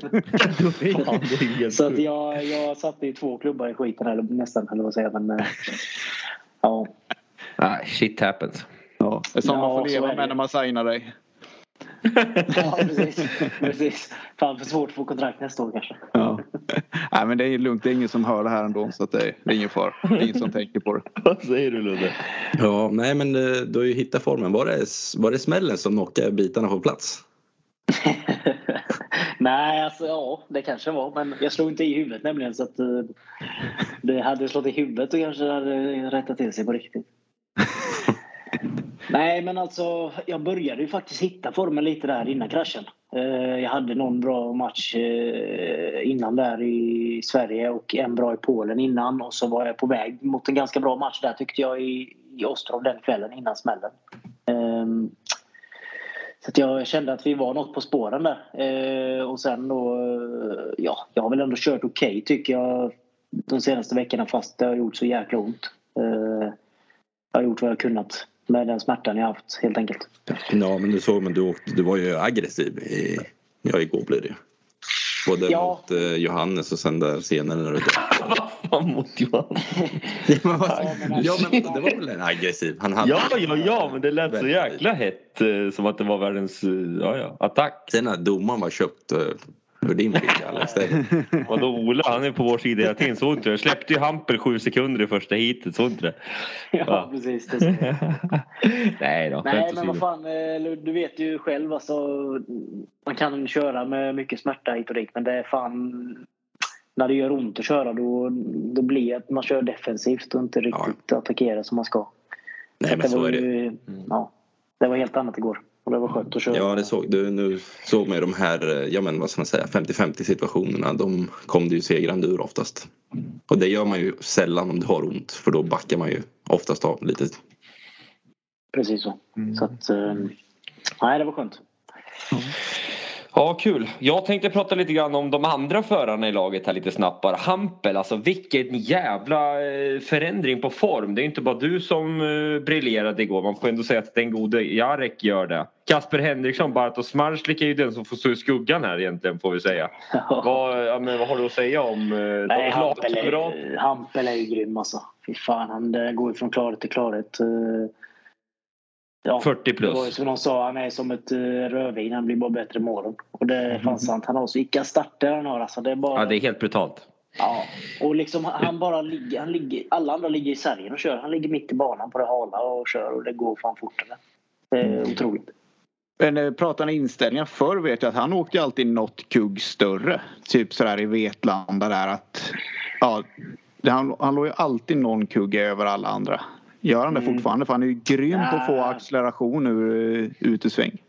ja. Så att jag, jag satt i två klubbar i skiten. Eller nästan, eller vad säger jag. Men ja. Ah, shit happens. Ja, det är som ja, man får leva med när man signar dig. Ja, precis. precis. Fan, för svårt att få kontrakt nästa år kanske. Ja. Nej, men det är lugnt. Det är ingen som hör det här ändå. Så att det, är, det är ingen far. Det är ingen som tänker på det. Vad säger du, Ludde? Ja, nej men du har ju hittat formen. Var det, var det smällen som knockade bitarna på plats? Nej, alltså ja, det kanske var. Men jag slog inte i huvudet nämligen. Så att uh, det hade slått i huvudet och kanske hade rättat till sig på riktigt. Nej, men alltså jag började ju faktiskt hitta formen lite där innan kraschen. Uh, jag hade någon bra match uh, innan där i Sverige och en bra i Polen innan. Och så var jag på väg mot en ganska bra match där tyckte jag i, i Ostrov den kvällen innan smällen. Um, Så att jag kände att vi var något på spåren där. Eh, och sen då, ja, jag har väl ändå kört okej okay, tycker jag de senaste veckorna fast det har gjort så jäkla ont. Eh, jag har gjort vad jag kunnat med den smärtan jag haft helt enkelt. Ja, men du såg, men du, åkte, du var ju aggressiv i, ja, igår blev det ju. Både ja. mot eh, Johannes och sen där senare när du Vad fan mot Johannes? Ja, men det var väl en aggressiv. Han hade ja, ja, ja, men det lät så jäkla hett eh, som att det var världens ja, ja, attack. Sen när domaren var köpt eh, för din bil. Och då Ola, han är på vår sida hela tiden. Så inte. Jag släppte ju Hampel sju sekunder i första heatet, så inte det. Ja, ja. Precis. Det Nej då. Nej, men vad fan, du vet ju själv alltså, man kan köra med mycket smärta hit och dit, men det är fan när det gör ont att köra då, då blir det att man kör defensivt och inte riktigt ja. attackerar som man ska. Nej, så men så är det. Ju, mm. ja, det var helt annat igår. Och det var skönt att köra. Ja, det såg du. Nu såg man de här, ja men vad ska man säga, femtio femtio situationerna. De kom det ju segrande ur oftast. Och det gör man ju sällan om du har ont. För då backar man ju oftast av lite. Precis så. Mm. Så att, nej det var skönt. Mm. Ja, kul. Jag tänkte prata lite grann om de andra förarna i laget här lite snabbt bara. Hampel, alltså vilken jävla förändring på form. Det är inte bara du som briljerade igår. Man får ändå säga att den gode Jarek gör det. Kasper Henriksson, Bartosz Marslik är ju den som får stå i skuggan här egentligen, får vi säga. Ja. Vad, ja, men vad har du att säga om Nej, Hampel, är, Hampel är ju grym alltså. Fy fan, han går från klarhet till klarhet. Ja, fyrtio plus. Det var ju som de sa, han är som ett rödvin, han blir bara bättre imorgon. Och det är fan sant, han har så vilka starter han har alltså, det är bara... Ja, det är helt brutalt. Ja, och liksom han bara ligger, han ligger, alla andra ligger i sargen och kör, han ligger mitt i banan på det hala och kör och det går fan fortare. Det är mm. otroligt. Men pratar inställningar förr vet jag att han åkte alltid något kugg större. Typ sådär i Vetlanda där att ja, han, han låg ju alltid någon kugg över alla andra. Gör han det mm. fortfarande? För han är ju grym på att få acceleration ur utesväng.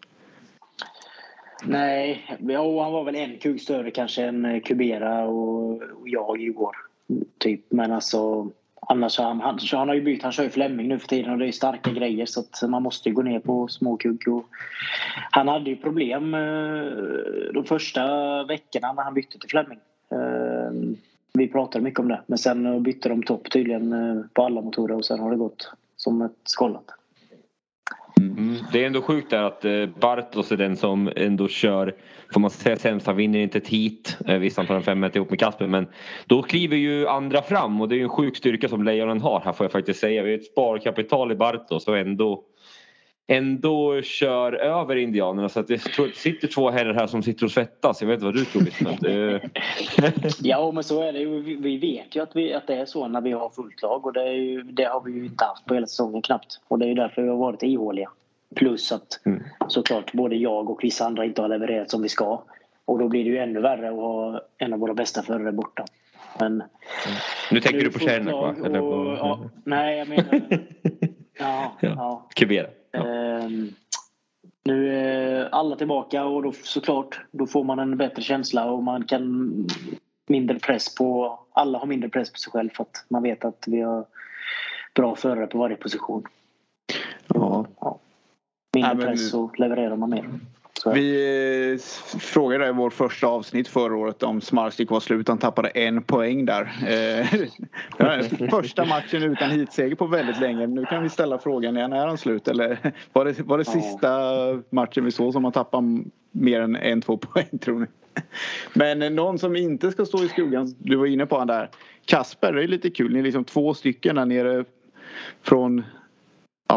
Nej, ja, han var väl en kugg större kanske än Kubera och, och jag igår. Typ, men alltså annars han, han, han har ju bytt, han kör ju Fleming nu för tiden och det är starka grejer så att man måste ju gå ner på små kugg. Och han hade ju problem de första veckorna när han bytte till Fleming. Vi pratade mycket om det. Men sen bytte de topp tydligen på alla motorer och sen har det gått som ett skållat. Mm. Det är ändå sjukt där att Bartosz är den som ändå kör, får man säga sämst, han vinner inte ett hit. Visst han tar en fem meter ihop med Kasper, men då kliver ju andra fram och det är ju en sjuk styrka som Lejonen har. Här får jag faktiskt säga, vi är ett sparkapital i Bartosz och ändå ändå kör över indianerna så att det sitter två herrar här som sitter och svettas. Jag vet vad du tror. Det... Ja, men så är det ju. Vi vet ju att, vi, att det är så när vi har fullt lag och det, är ju, det har vi ju inte haft på hela säsongen knappt. Och det är ju därför vi har varit ihåliga. Plus att mm. såklart både jag och vissa andra inte har levererat som vi ska. Och då blir det ju ännu värre att ha en av våra bästa förare borta. Men mm. Nu tänker du på Kärnek, va? Eller på... Och, ja, nej, jag menar... ja, ja. ja. Kubera. Ja. Um, nu är alla tillbaka och då såklart då får man en bättre känsla och man kan mindre press på, alla har mindre press på sig själv för att man vet att vi har bra förare på varje position. Ja. ja. Mindre ja, men... press så levererar man mer. Så. Vi frågade i vårt första avsnitt förra året om Smarslik var slut. Han tappade en poäng där. Första matchen utan hitseger på väldigt länge. Nu kan vi ställa frågan igen. Är han slut? Eller var det, var det ja. sista matchen vi såg som han tappade mer än en, två poäng tror ni? Men någon som inte ska stå i skuggan, du var inne på han där. Kasper, det är lite kul. Ni är liksom två stycken där nere från... Ja,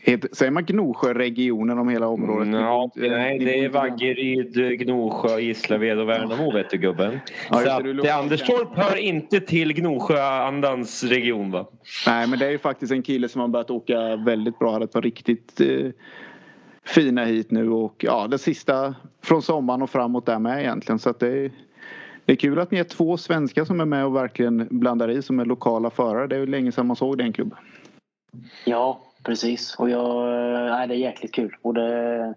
Säger man Gnosjö-regionen om hela området? Ja, nej, det är Vaggeryd, Gnosjö, Gislaved och Värnamo, vet du gubben. Ja, så att det Anderstorp hör inte till Gnosjö-andans region, va? Nej, men det är ju faktiskt en kille som har börjat åka väldigt bra. Hade ett par riktigt eh, fina hit nu. Och ja, det sista från sommaren och framåt där med egentligen. Så att det är, det är kul att ni är två svenskar som är med och verkligen blandar i som är lokala förare. Det är ju länge sedan man såg den klubben. Ja, precis. Och jag, nej, det är jäkligt kul. Och det,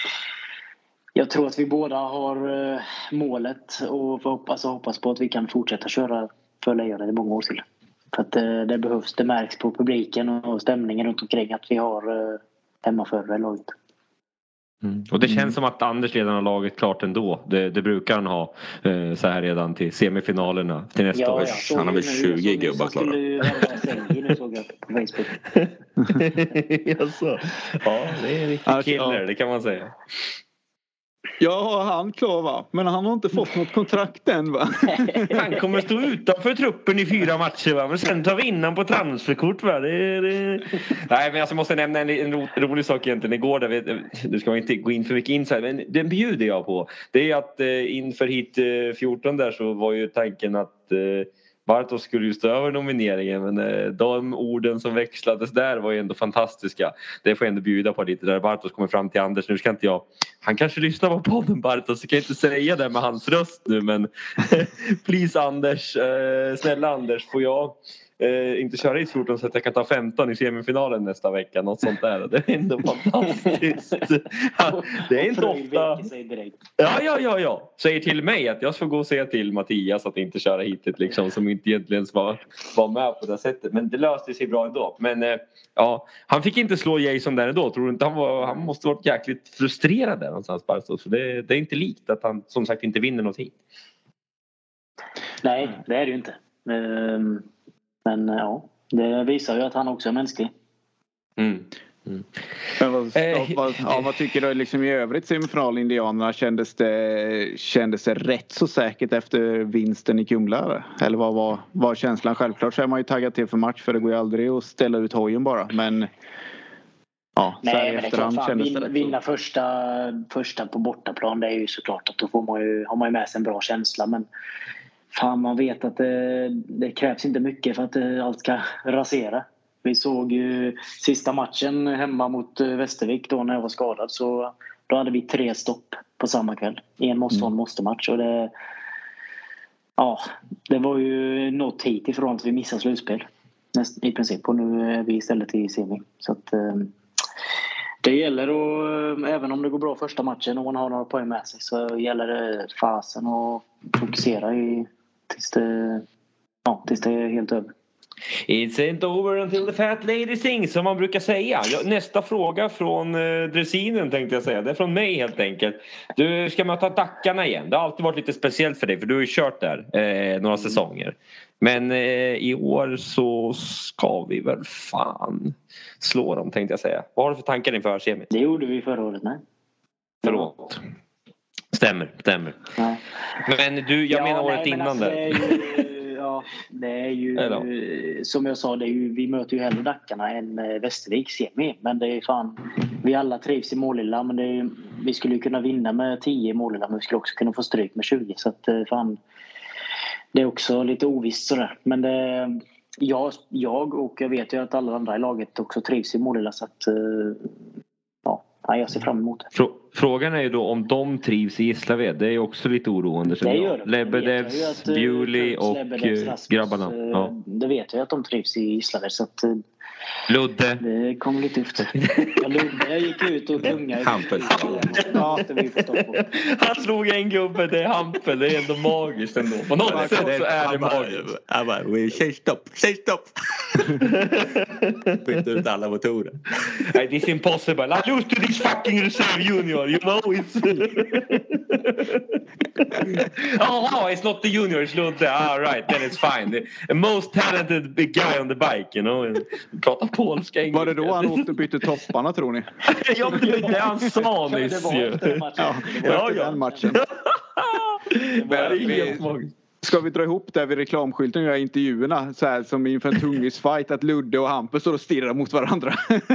jag tror att vi båda har målet och hoppas, hoppas på att vi kan fortsätta köra för Lejonen i många år till. För att det, det behövs, det märks på publiken och stämningen runt omkring att vi har hemmaförare i laget. Mm. Och det känns mm. som att Anders redan har laget klart ändå. Det, det brukar han ha eh, så här redan till semifinalerna till nästa ja, år. Ja, han har väl tjugo gubbar klara. Nu såg jag på Facebook. Jaså. Ja, det är en riktig killer, det kan man säga. Ja, han klar va? Men han har inte fått något kontrakt än va? Han kommer stå utanför truppen i fyra matcher va? Men sen tar vi in han på transferkort va? Det, det... Nej men alltså, jag måste nämna en, en ro, rolig sak egentligen. Igår, där, nu ska man inte gå in för mycket inside, men den bjuder jag på. Det är att eh, inför hit eh, fjorton där så var ju tanken att eh, Bartos skulle ju stå över nomineringen, men eh, de orden som växlades där var ju ändå fantastiska. Det får jag ändå bjuda på lite där Bartos kommer fram till Anders. Nu ska inte jag, han kanske lyssnar på podden Bartos, så kan jag inte säga det med hans röst nu, men please Anders, eh, snälla Anders, får jag eh, inte köra i fjorton så att jag kan ta femton i semifinalen nästa vecka, något sånt där. Det är ändå fantastiskt. Det är inte ofta. Ja, ja, ja, ja. Säger till mig att jag ska gå och säga till Mattias att inte köra hitet liksom, som inte egentligen var, var med på det sättet. Men det löste sig bra ändå. Men eh, ja, han fick inte slå Jason där ändå. Tror du inte han var, han måste varit jäkligt frustrerad där någonstans bara så. Så det, det är inte likt att han som sagt inte vinner något hit. Nej, det är det ju inte. Um... Men ja, det visar ju att han också är mänsklig. Mm. Mm. Men vad, vad, ja, vad tycker du liksom i övrigt semifinal Indianerna? Kändes det, kändes det rätt så säkert efter vinsten i Kumla? Eller vad var, var känslan? Självklart så är man ju taggad till för match, för det går ju aldrig att ställa ut hojen bara. Men ja, så nej, men efterhand klart, kändes vin, det vinna första, första på bortaplan, det är ju såklart att då får man ju, har man ju med sig en bra känsla. Men fan, man vet att det, det krävs inte mycket för att allt ska rasera. Vi såg ju sista matchen hemma mot Västervik då när jag var skadad. Så då hade vi tre stopp på samma kväll. I en måste, mm. en måste-match. Och det, ja, det var ju något hit ifrån att vi missade slutspel. Näst, i princip. Och nu är vi istället i semi. Så att det gäller att, även om det går bra första matchen och man har några poäng med sig, så gäller det fasen att fokusera i tills det, ja, tills det är helt över. It's ain't over until the fat lady sings, som man brukar säga. Nästa fråga från eh, dressinen tänkte jag säga. Det är från mig helt enkelt. Du ska möta Dackarna igen. Det har alltid varit lite speciellt för dig, för du har ju kört där eh, några säsonger. Men eh, i år så ska vi väl fan slå dem, tänkte jag säga. Vad har du för tankar inför semit? Det gjorde vi förra året, nej. Förlåt. Stämmer, stämmer. Ja. Men du, jag ja, menar året nej, innan alltså, där. Ju, ja, det är ju Eller? Som jag sa, det är ju, vi möter ju hellre Dackarna än Västervik semi. Men det är fan, vi alla trivs i Målilla, men det är, vi skulle ju kunna vinna med tio i Målilla, men vi skulle också kunna få stryk med tjugo. Så att fan, det är också lite ovisst sådär. Men det, jag, jag och jag vet ju att alla andra i laget också trivs i Målilla, så att ja, jag ser fram emot det. Frågan är ju då om de trivs i Gislaved. Det är också lite oroande. Det gör det. Lebedevs, Bewley och Lebedevs, grabbarna. Ja. Det vet jag att de trivs i Gislaved. Så att Ludde. Det kommer lite ut. Ja, Ludde gick ut och kungade. Hampel. Ja, han slog en gubbe, det är Hampel. Det är ändå magiskt ändå. På något sätt så är det magiskt. Jag bara, we say stop, say stop. Bytte ut alla motorer. It's impossible. I lose to this fucking reserve junior. You know it's... oh, it's not the junior, it's Ludde. Ah, right, then it's fine. The most talented big guy on the bike, you know. Pratar polska, engelska. Var det då han åkte och bytte topparna, tror ni? Ja, men det var det han sa nyss ju. Ja, ja, ja. Den matchen. Det är helt magiskt. Ska vi dra ihop där vid reklamskylten och göra intervjuerna så här som inför en tungisfight att Ludde och Hampus står och stirrar mot varandra.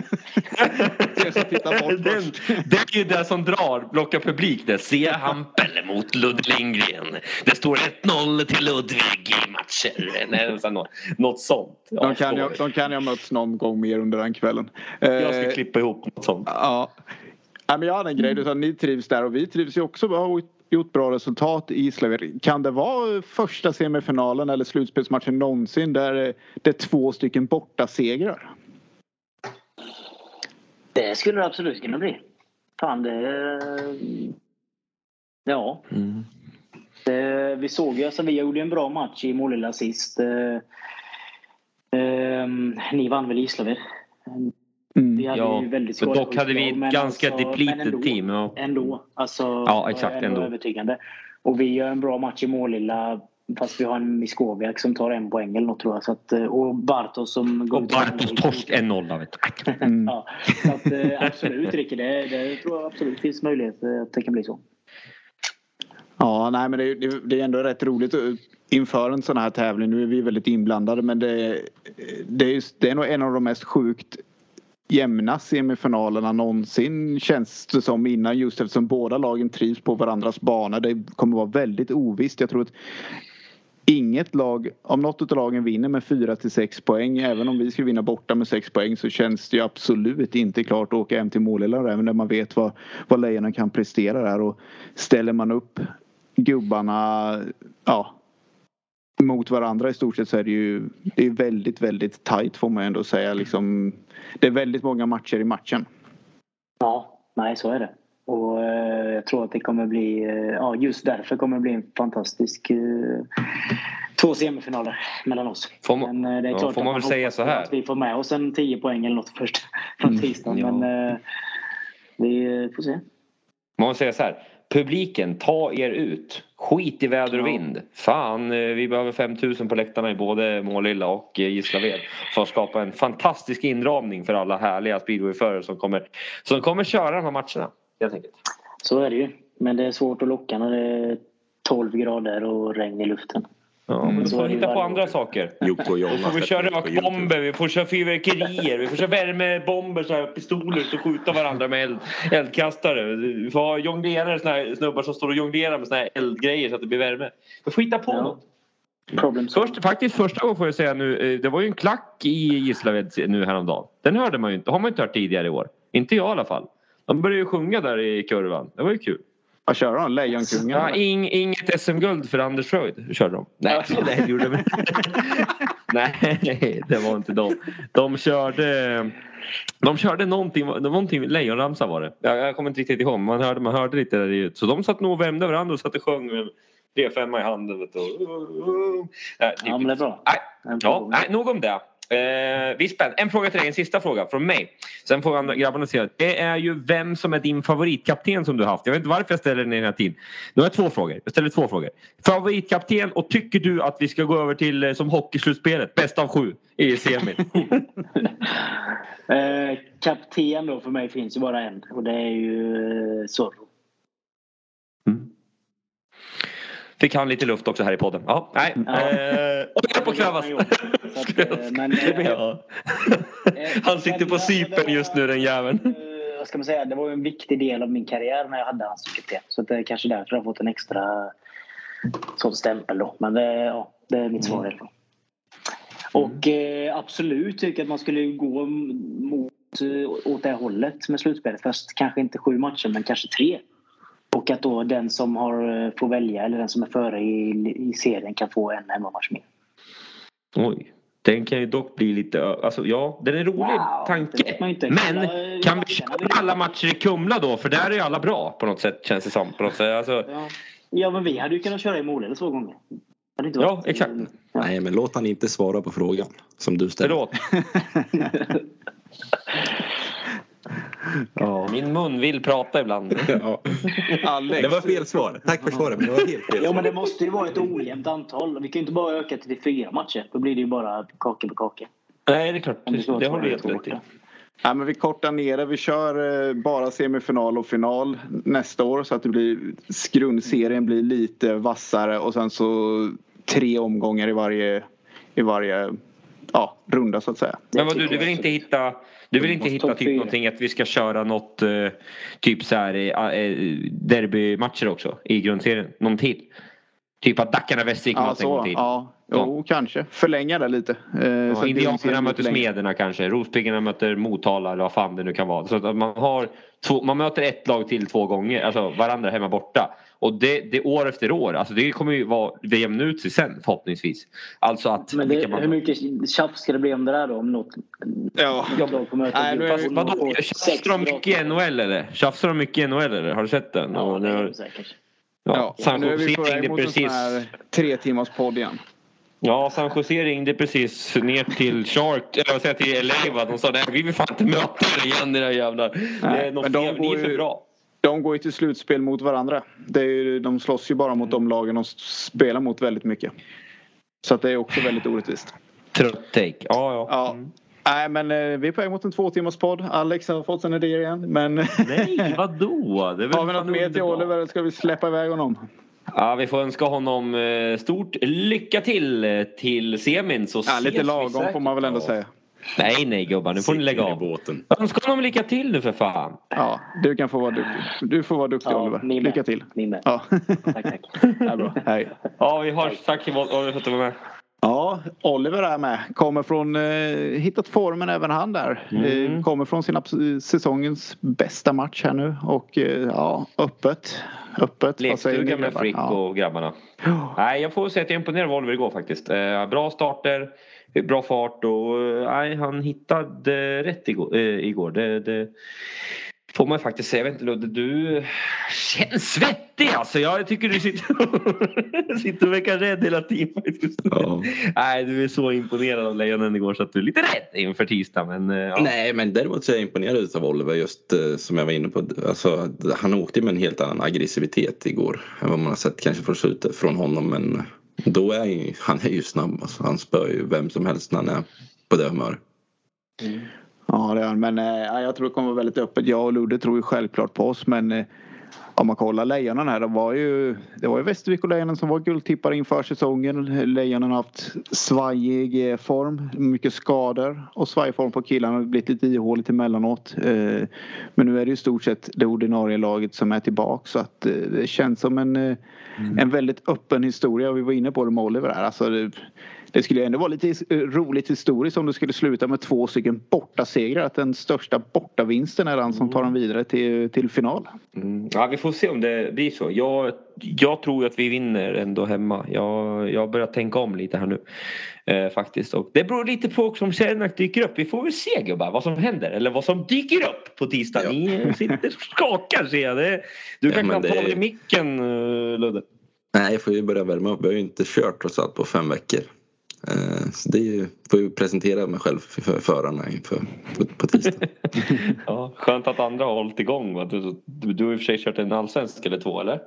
Den, det är ju det som drar, blockar publik där. Se Hampel mot Ludde Lindgren. Det står ett noll till Ludvig i matcher. Nej, något, något sånt. Ja, de, kan jag, de kan jag möts någon gång mer under den kvällen. Jag ska eh, klippa ihop något sånt. Ja. Ja, men jag hade en grej. Du sa att ni trivs där och vi trivs ju också. Vi har gjort bra resultat i Gislaved. Kan det vara första semifinalen eller slutspelsmatchen någonsin där det är två stycken borta segrar? Det skulle det absolut kunna bli. Fan, det... Ja. Mm. Det, vi såg ju, alltså vi gjorde en bra match i Målilla sist. Eh, eh, ni vann väl Gislaved? Mm. Vi hade ja, ju väldigt skål, dock hade vi ett ganska alltså, depleted team. Ja. Ändå. Alltså, ja, exakt. Ändå, ändå övertygande. Och vi gör en bra match i Målilla. Fast vi har en Miskoviak som tar en poäng eller något tror jag. Så att, och Bartos som går och Bartos torsk en nolla vet du. Mm. Ja, så att, absolut Rikke, det, det tror jag absolut finns möjlighet att det kan bli så. Ja, nej men det, det, det är ändå rätt roligt inför en sån här tävling. Nu är vi väldigt inblandade men det, det, är, just, det är nog en av de mest sjukt jämna semifinalerna någonsin känns det som innan, just eftersom båda lagen trivs på varandras bana. Det kommer vara väldigt ovisst. Jag tror att inget lag, om något av lagen vinner med fyra till sex poäng, även om vi skulle vinna borta med sex poäng så känns det ju absolut inte klart att åka hem till Målilla även när man vet vad, vad Lejonen kan prestera där. Och ställer man upp gubbarna ja, mot varandra i stort sett så är det ju det är väldigt, väldigt tajt får man ändå säga. Liksom, det är väldigt många matcher i matchen. Ja, nej så är det. Och eh, jag tror att det kommer bli, eh, ja just därför kommer det bli en fantastisk eh, två semifinaler mellan oss. Får man, men, eh, det är klart ja, får man, man väl säga så här. Att vi får med oss en tio poäng eller något först från tisdagen. Mm, ja. Men eh, vi får se. Man måste säga så här. Publiken, ta er ut. Skit i väder och vind. Fan, vi behöver fem tusen på läktarna i både Målilla och Gislaved för att skapa en fantastisk inramning för alla härliga speedwayförare som kommer, som kommer köra de här matcherna. Helt enkelt. Så är det ju. Men det är svårt att locka när det är tolv grader och regn i luften. Ja, men då får vi hitta på andra saker. Då får vi köra rökbomber, vi får köra fyrverkerier, vi får köra värmebomber, så här, pistoler och skjuta varandra med eld, eldkastare. Vi får ha jonglerare, såna här snubbar som står och jonglerar med såna här eldgrejer så att det blir värme. Vi får hitta på ja. något. Problem. Först, faktiskt första gången får jag säga nu, det var ju en klack i Gislaved nu häromdagen. Den hörde man ju inte, har man inte hört tidigare i år. Inte jag i alla fall. De började ju sjunga där i kurvan, det var ju kul. Vad kör de? Lejonkungen? Ja, ing, inget S M-guld för Anders Fröjd körde de. Nej, det gjorde de Nej, det var inte de. De körde de körde någonting, någonting lejonramsa var det. Jag, jag kommer inte riktigt ihåg. Man hörde, man hörde lite där ut. Så de satt nog och vände varandra och satt och sjöng med tre fem i handen. Vet du. Nej, ja, men det är bra. Nej, ja, nej, nog om det. Eh, vi spänn. En fråga till dig, en sista fråga från mig. Sen får andra grabbarna säga. Det är ju vem som är din favoritkapten som du har haft. Jag vet inte varför jag ställer den i den här tiden. Nu har jag två frågor. Jag ställer två frågor. Favoritkapten, och tycker du att vi ska gå över till eh, som hockeyslutspelet? Bäst av sju i semin. eh, kapten då för mig finns ju bara en. Och det är ju eh, Zorro. Mm. Fick han lite luft också här i podden. Ja, nej. Ja. Eh, och jag på kravas. Men, ja. Han sitter på Cypern just nu, den jäveln. Vad ska man säga? Det var ju en viktig del av min karriär när jag hade hans kapten. Så det är kanske därför jag har fått en extra sån stämpel då. Men det, ja, det är mitt svar. Mm. Och eh, absolut tycker att man skulle gå mot, åt det hållet med slutspelet. Fast kanske inte sju matcher, men kanske tre. Och att då den som har, får välja, eller den som är före i, i serien, kan få en hemmamatch mer. Oj, den kan ju dock bli lite, alltså ja, den är rolig wow, tanke. Men alla, kan vi köra alla matcher i Kumla då? För där är ju alla bra på något sätt, känns det som. På något sätt. Alltså... Ja. ja, men vi hade ju kunnat köra i Målilla två gånger. Inte ja, exakt. Ja. Nej, men låt han inte svara på frågan som du ställer. Förlåt. Ja. Min mun vill prata ibland. Ja. Alex. Det var fel svar. Tack för svaret. Men det var helt fel svar. Ja, men det måste ju vara ett ojämnt antal. Vi kan ju inte bara öka till fyra matcher. Då blir det ju bara kaka på kaka. Nej, det är klart. Det, det, det har du helt rätt i. Ja, men vi kortar ner det. Vi kör bara semifinal och final nästa år. Så att det blir grundserien blir lite vassare. Och sen så tre omgångar i varje, i varje ja, runda så att säga. Men vad du, du vill inte hitta... Du vill inte hitta typ någonting att vi ska köra något uh, typ så här uh, derbymatcher också i grundserien? Någon till? Typ att Dackarna Västervik ja, någonting så, till? Ja, jo, kanske. Förlänga det lite. Uh, ja, så Indianerna möter Smederna kanske. Rospiggarna möter Motala eller vad fan det nu kan vara. Så att man har två, man möter ett lag till två gånger. Alltså varandra hemma borta. Och det, det år efter år. Alltså det kommer ju vara det jämna ut sig sen förhoppningsvis. Alltså att... Men det, man... hur mycket tjafs ska det bli om det där då? Om något... Ja. Lag på mötet. Nej, fast vadå? Tjafsar de mycket i N H L eller? Tjafsar de mycket i N H L eller? Har du sett den? Ja, och det är nu... det säkert. Ja, ja nu är vi på väg mot precis... en sån här tre timmars podd igen. Ja, San Jose ringde precis ner till Shark, eller vad säger till L A, va? De sa att vi vill fan inte möta er igen, det där jävlar. Nej, det är men de går ju, för bra. De går ju till slutspel mot varandra. Det är ju, de slåss ju bara mot de lagen de spelar mot väldigt mycket. Så att det är också väldigt orättvist. Trött take, ja ja. ja. Mm. Nej, men eh, vi är på väg mot en två timmars podd. Alex har fått sina idéer igen. Men... Nej, vadå? Det är väl har vi något mer till Oliver eller ska vi släppa iväg honom? Ja, vi får önska honom eh, stort lycka till eh, till semin. Så ja, lite lagom får man väl ändå säga. Nej, nej gubbar, nu får ni lägga av båten. Önska honom lycka till nu för fan. Ja, du kan få vara duktig. Du får vara duktig, ja, Oliver. Lycka till. Ni med. Ja. Tack, tack. Ja, bra. Hej. Ja, vi har tack för att du var med. Ja, Oliver är med. Kommer från, eh, hittat formen även han där. Mm. Eh, kommer från sina säsongens bästa match här nu. Och eh, ja, öppet. Öppet. Lekstuga med Frick ja. Och grabbarna. Oh. Nej, jag får säga att jag är imponerad av Oliver igår faktiskt. Eh, bra starter, bra fart och eh, nej, han hittade rätt igår. Eh, igår. Det, det får man faktiskt säga. Jag vet inte, Ludde, du känns svettig alltså. Jag tycker du sitter, sitter och verkar rädd hela tiden faktiskt. Ja. Nej, du är så imponerad av Lejonen igår så att du är lite rädd inför tisdag. Men, ja. Nej, men däremot så är jag imponerad av Oliver just som jag var inne på. Alltså, han åkte med en helt annan aggressivitet igår än vad man har sett kanske från slutet från honom. Men då är han ju, han är ju snabb. Alltså. Han spör ju vem som helst när han är på det humör. Mm. Ja, det är, men äh, jag tror det kommer vara väldigt öppet. Jag och Ludde tror ju självklart på oss. Men äh, om man kollar Lejonen här. Det var ju, det var ju Västervik och Lejonen som var guldtippare inför säsongen. Lejonen har haft svajig form. Mycket skador. Och svajform på killarna har blivit lite ihåligt emellanåt. Äh, men nu är det ju stort sett det ordinarie laget som är tillbaka. Så att äh, det känns som en, äh, mm. en väldigt öppen historia. Vi var inne på det med Oliver här. Alltså det, Det skulle ändå vara lite roligt historiskt om det skulle sluta med två stycken bortasegrar. Att den största bortavinsten är den som tar dem vidare till, till final. Mm. Ja, vi får se om det blir så. Jag, jag tror att vi vinner ändå hemma. Jag, jag börjar tänka om lite här nu. Eh, faktiskt. Och det beror lite på också om Kärnak dyker upp. Vi får väl se gubbar vad som händer. Eller vad som dyker upp på tisdag. Ja. Ni sitter och skakar ser jag. Det, du kan ja, knappt det... hålla i micken, Ludde. Nej, jag får ju börja värma upp. Jag har ju inte kört trots allt på fem veckor. Så det är ju, får ju presentera mig själv för förarna inför, på, på tisdag. Ja, skönt att andra har hållit igång. Va? Du, du, du har i och för sig kört en allsvensk eller två, eller?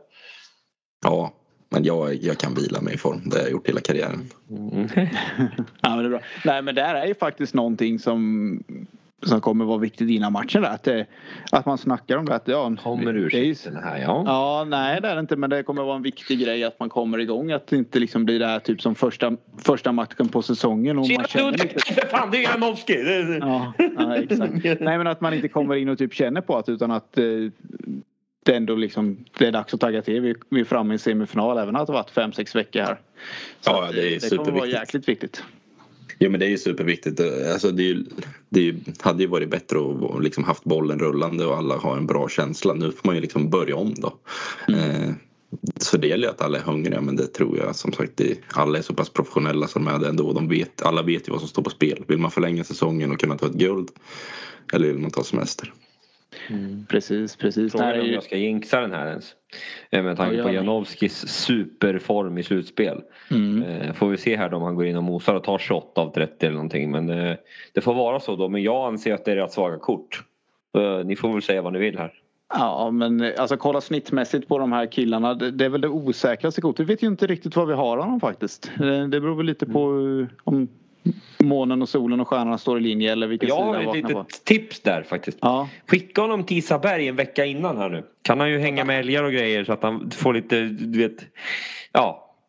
Ja, men jag, jag kan vila mig i form. Det har jag gjort hela karriären. Mm. Ja, men det är bra. Nej, men det här är ju faktiskt någonting som... som kommer vara viktigt innan matchen där. Att, det, att man snackar om det. Att, ja, kommer ur sig den här, ja. Ja, nej det är det inte. Men det kommer vara en viktig grej att man kommer igång. Att det inte liksom blir det här typ som första, första matchen på säsongen. Och man känner lite... För fan, det är Janowski! Ja, ja, exakt. Nej, men att man inte kommer in och typ känner på att utan att eh, det ändå liksom, det är dags att tagga till. Vi, vi är framme i semifinal även att det har varit fem, sex veckor här. Så ja, det är det, det kommer vara jäkligt viktigt. Ja, men det är ju superviktigt. Alltså det, är ju, det är ju, hade ju varit bättre att liksom haft bollen rullande och alla har en bra känsla. Nu får man ju liksom börja om då. Mm. Eh, så det gäller ju att alla är hungriga, men det tror jag som sagt, det, alla är så pass professionella som är det ändå. De vet, alla vet ju vad som står på spel. Vill man förlänga säsongen och kunna ta ett guld eller vill man ta semester? Mm. Precis, precis. Frågan är om jag ska jinxa den här ens. Med tanke på Janowskis superform i slutspel. Mm. Får vi se här då om han går in och mosar och tar tjugoåtta av trettio eller någonting. Men det får vara så då. Men jag anser att det är rätt svaga kort. Ni får väl säga vad ni vill här. Ja, men alltså kolla snittmässigt på de här killarna. Det, det är väl det osäkraste kortet. Vi vet ju inte riktigt vad vi har honom faktiskt. Det beror väl lite på om månen och solen och stjärnorna står i linje eller vilken jag sida har ett litet på. Tips där faktiskt. Ja. Skicka honom till Isaberg en vecka innan här nu. Kan han ju hänga med älgar och grejer så att han får lite, du vet, ja,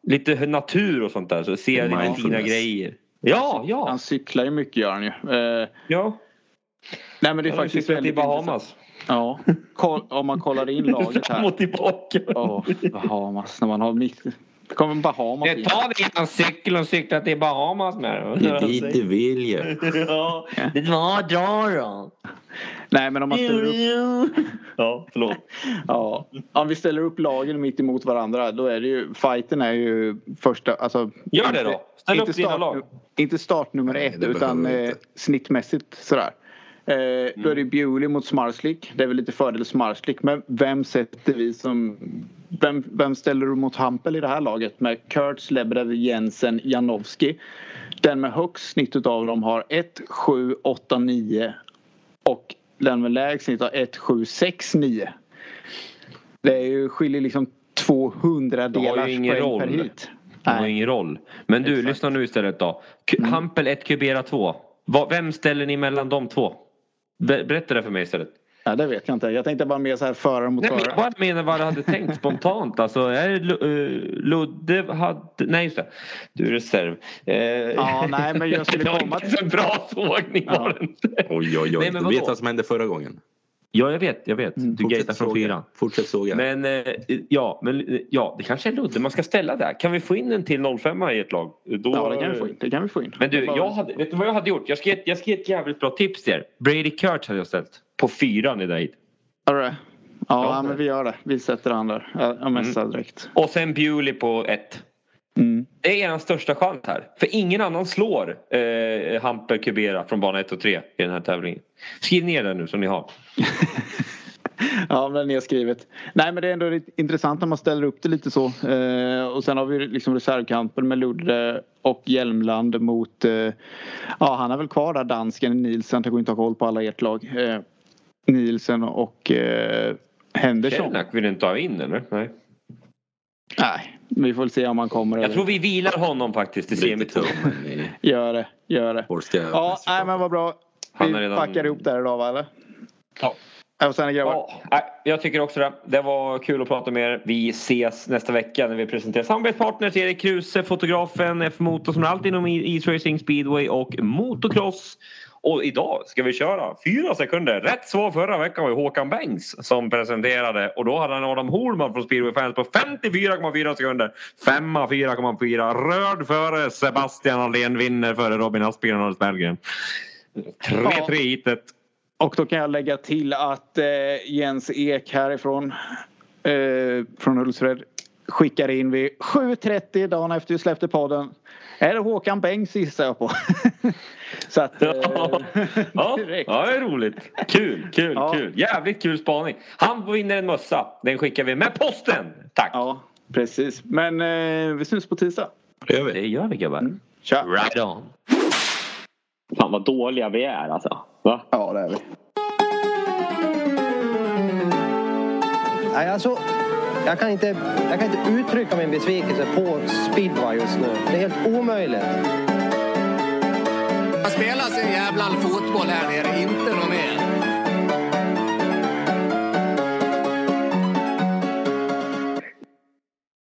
lite natur och sånt där. Så ser jag lite fina grejer. Ja, ja. Han cyklar ju mycket, gör han ju. Uh, ja. Nej, men det är jag faktiskt väldigt i Bahamas. Ja, Koll, om man kollar in laget här. Fram och tillbaka. Ja, Bahamas. När man har mitt... Det kommer Bahamas. Jag tar vi en cykel och cyklar till Bahamas med. Det är dit du vill ju. Ja, det var dra då. Nej, men om man ställer upp... Ja, förlåt. Ja, om vi ställer upp lagen mitt emot varandra, då är det ju... Fighten är ju första... Alltså, gör det då. Ställ upp dina lag. Inte start nummer ett, Nej, utan eh, snittmässigt sådär. Eh, mm. Då är det Bewley mot Smarslik. Det är väl lite fördel Smarslik. Men vem sätter vi som... Vem, vem ställer du mot Hampel i det här laget? Med Kurtz, Lebedev, Jensen, Janowski. Den med högst snitt av dem har ett, sju, åtta, nio. Och den med lägst snitt har ett, sju, sex, nio. Det är ju skiljer liksom tvåhundra delar poäng per hit. Det har ingen roll. Men du, Exakt. lyssna nu istället då. K- mm. Hampel ett, Kubera två. Vem ställer ni mellan de två? Berätta det för mig istället. Ja, det vet jag inte. Jag tänkte bara mer så här förare mot förare. Nej, men jag menar vad du hade tänkt spontant. Alltså, är Ludde hade... Nej, just det. Du är reserv. Eh... Ja, nej, men jag skulle komma till... en bra sågning var det inte. Oj, oj, oj. Nej, du vet vad som hände förra gången. Ja, jag vet, jag vet. Du gejtar från fyran. Fortsätt såga. Men, eh, ja, men ja, det kanske är Ludde man ska ställa där. Kan vi få in en till noll fem i ett lag? Då... Ja, det kan vi få in. Det kan vi få in. Men du, jag hade, vet du vad jag hade gjort? Jag ska ge, jag ska ge ett jävligt bra tips till er. Brady Kurtz hade jag ställt. På fyran i dig. All right. Ja, ja, men vi gör det. Vi sätter han där. Jag messar mm. direkt. Och sen Bewley på ett. Mm. Det är en största chans här. För ingen annan slår eh, Hamper Kubera från bana ett och tre i den här tävlingen. Skriv ner det nu som ni har. Ja, men ni har skrivit. Nej, men det är ändå intressant när man ställer upp det lite så. Eh, och sen har vi liksom reservkampen med Ludde och Hjelmland mot... Eh, ja, han är väl kvar där, dansken Nielsen. Jag går inte ha koll på alla ert lag. Eh, Nielsen och eh, Henderson. Kärnak vill inte ha in, eller? Nej. Nej, vi får se om han kommer. Jag eller... tror vi vilar honom faktiskt i semitum. Gör det, gör det. Ja, nej, men vad bra. Vi redan... packar ihop där idag, va, eller? Ja. Och sen ja, jag tycker också det. Det var kul att prata med er. Vi ses nästa vecka när vi presenterar samarbetspartners Erik Kruse, fotografen, F-motor som är alltid inom East Racing Speedway och motocross. Och idag ska vi köra fyra sekunder. Rätt svar förra veckan var ju Håkan Bengts som presenterade. Och då hade han Adam Holman från Speedway Fans på femtiofyra komma fyra sekunder. Femma fyra komma fyra. Rörd före Sebastian Alén, vinner före Robin Aspgren och Norris Berggren. tre tre hitet. Och då kan jag lägga till att eh, Jens Ek härifrån eh, från Hultsfred skickar in vid sju trettio dagen efter vi släppte podden. Är det Håkan Bengts gissar jag på. Så att, eh, ja, ja, det är roligt. Kul, kul, ja. kul. Jävligt kul spaning. Han vinner en mössa. Den skickar vi med posten. Tack. Ja, precis. Men eh, vi syns på tisdag. Det gör vi. Det gör vi, gubbar. Mm. Right on. Fan vad dåliga vi är alltså. Va? Ja, det är vi. Nej, alltså, jag kan inte, jag kan inte uttrycka min besvikelse på speedway just nu. Det är helt omöjligt. Man spelar sin jävla fotboll här nere, inte något mer.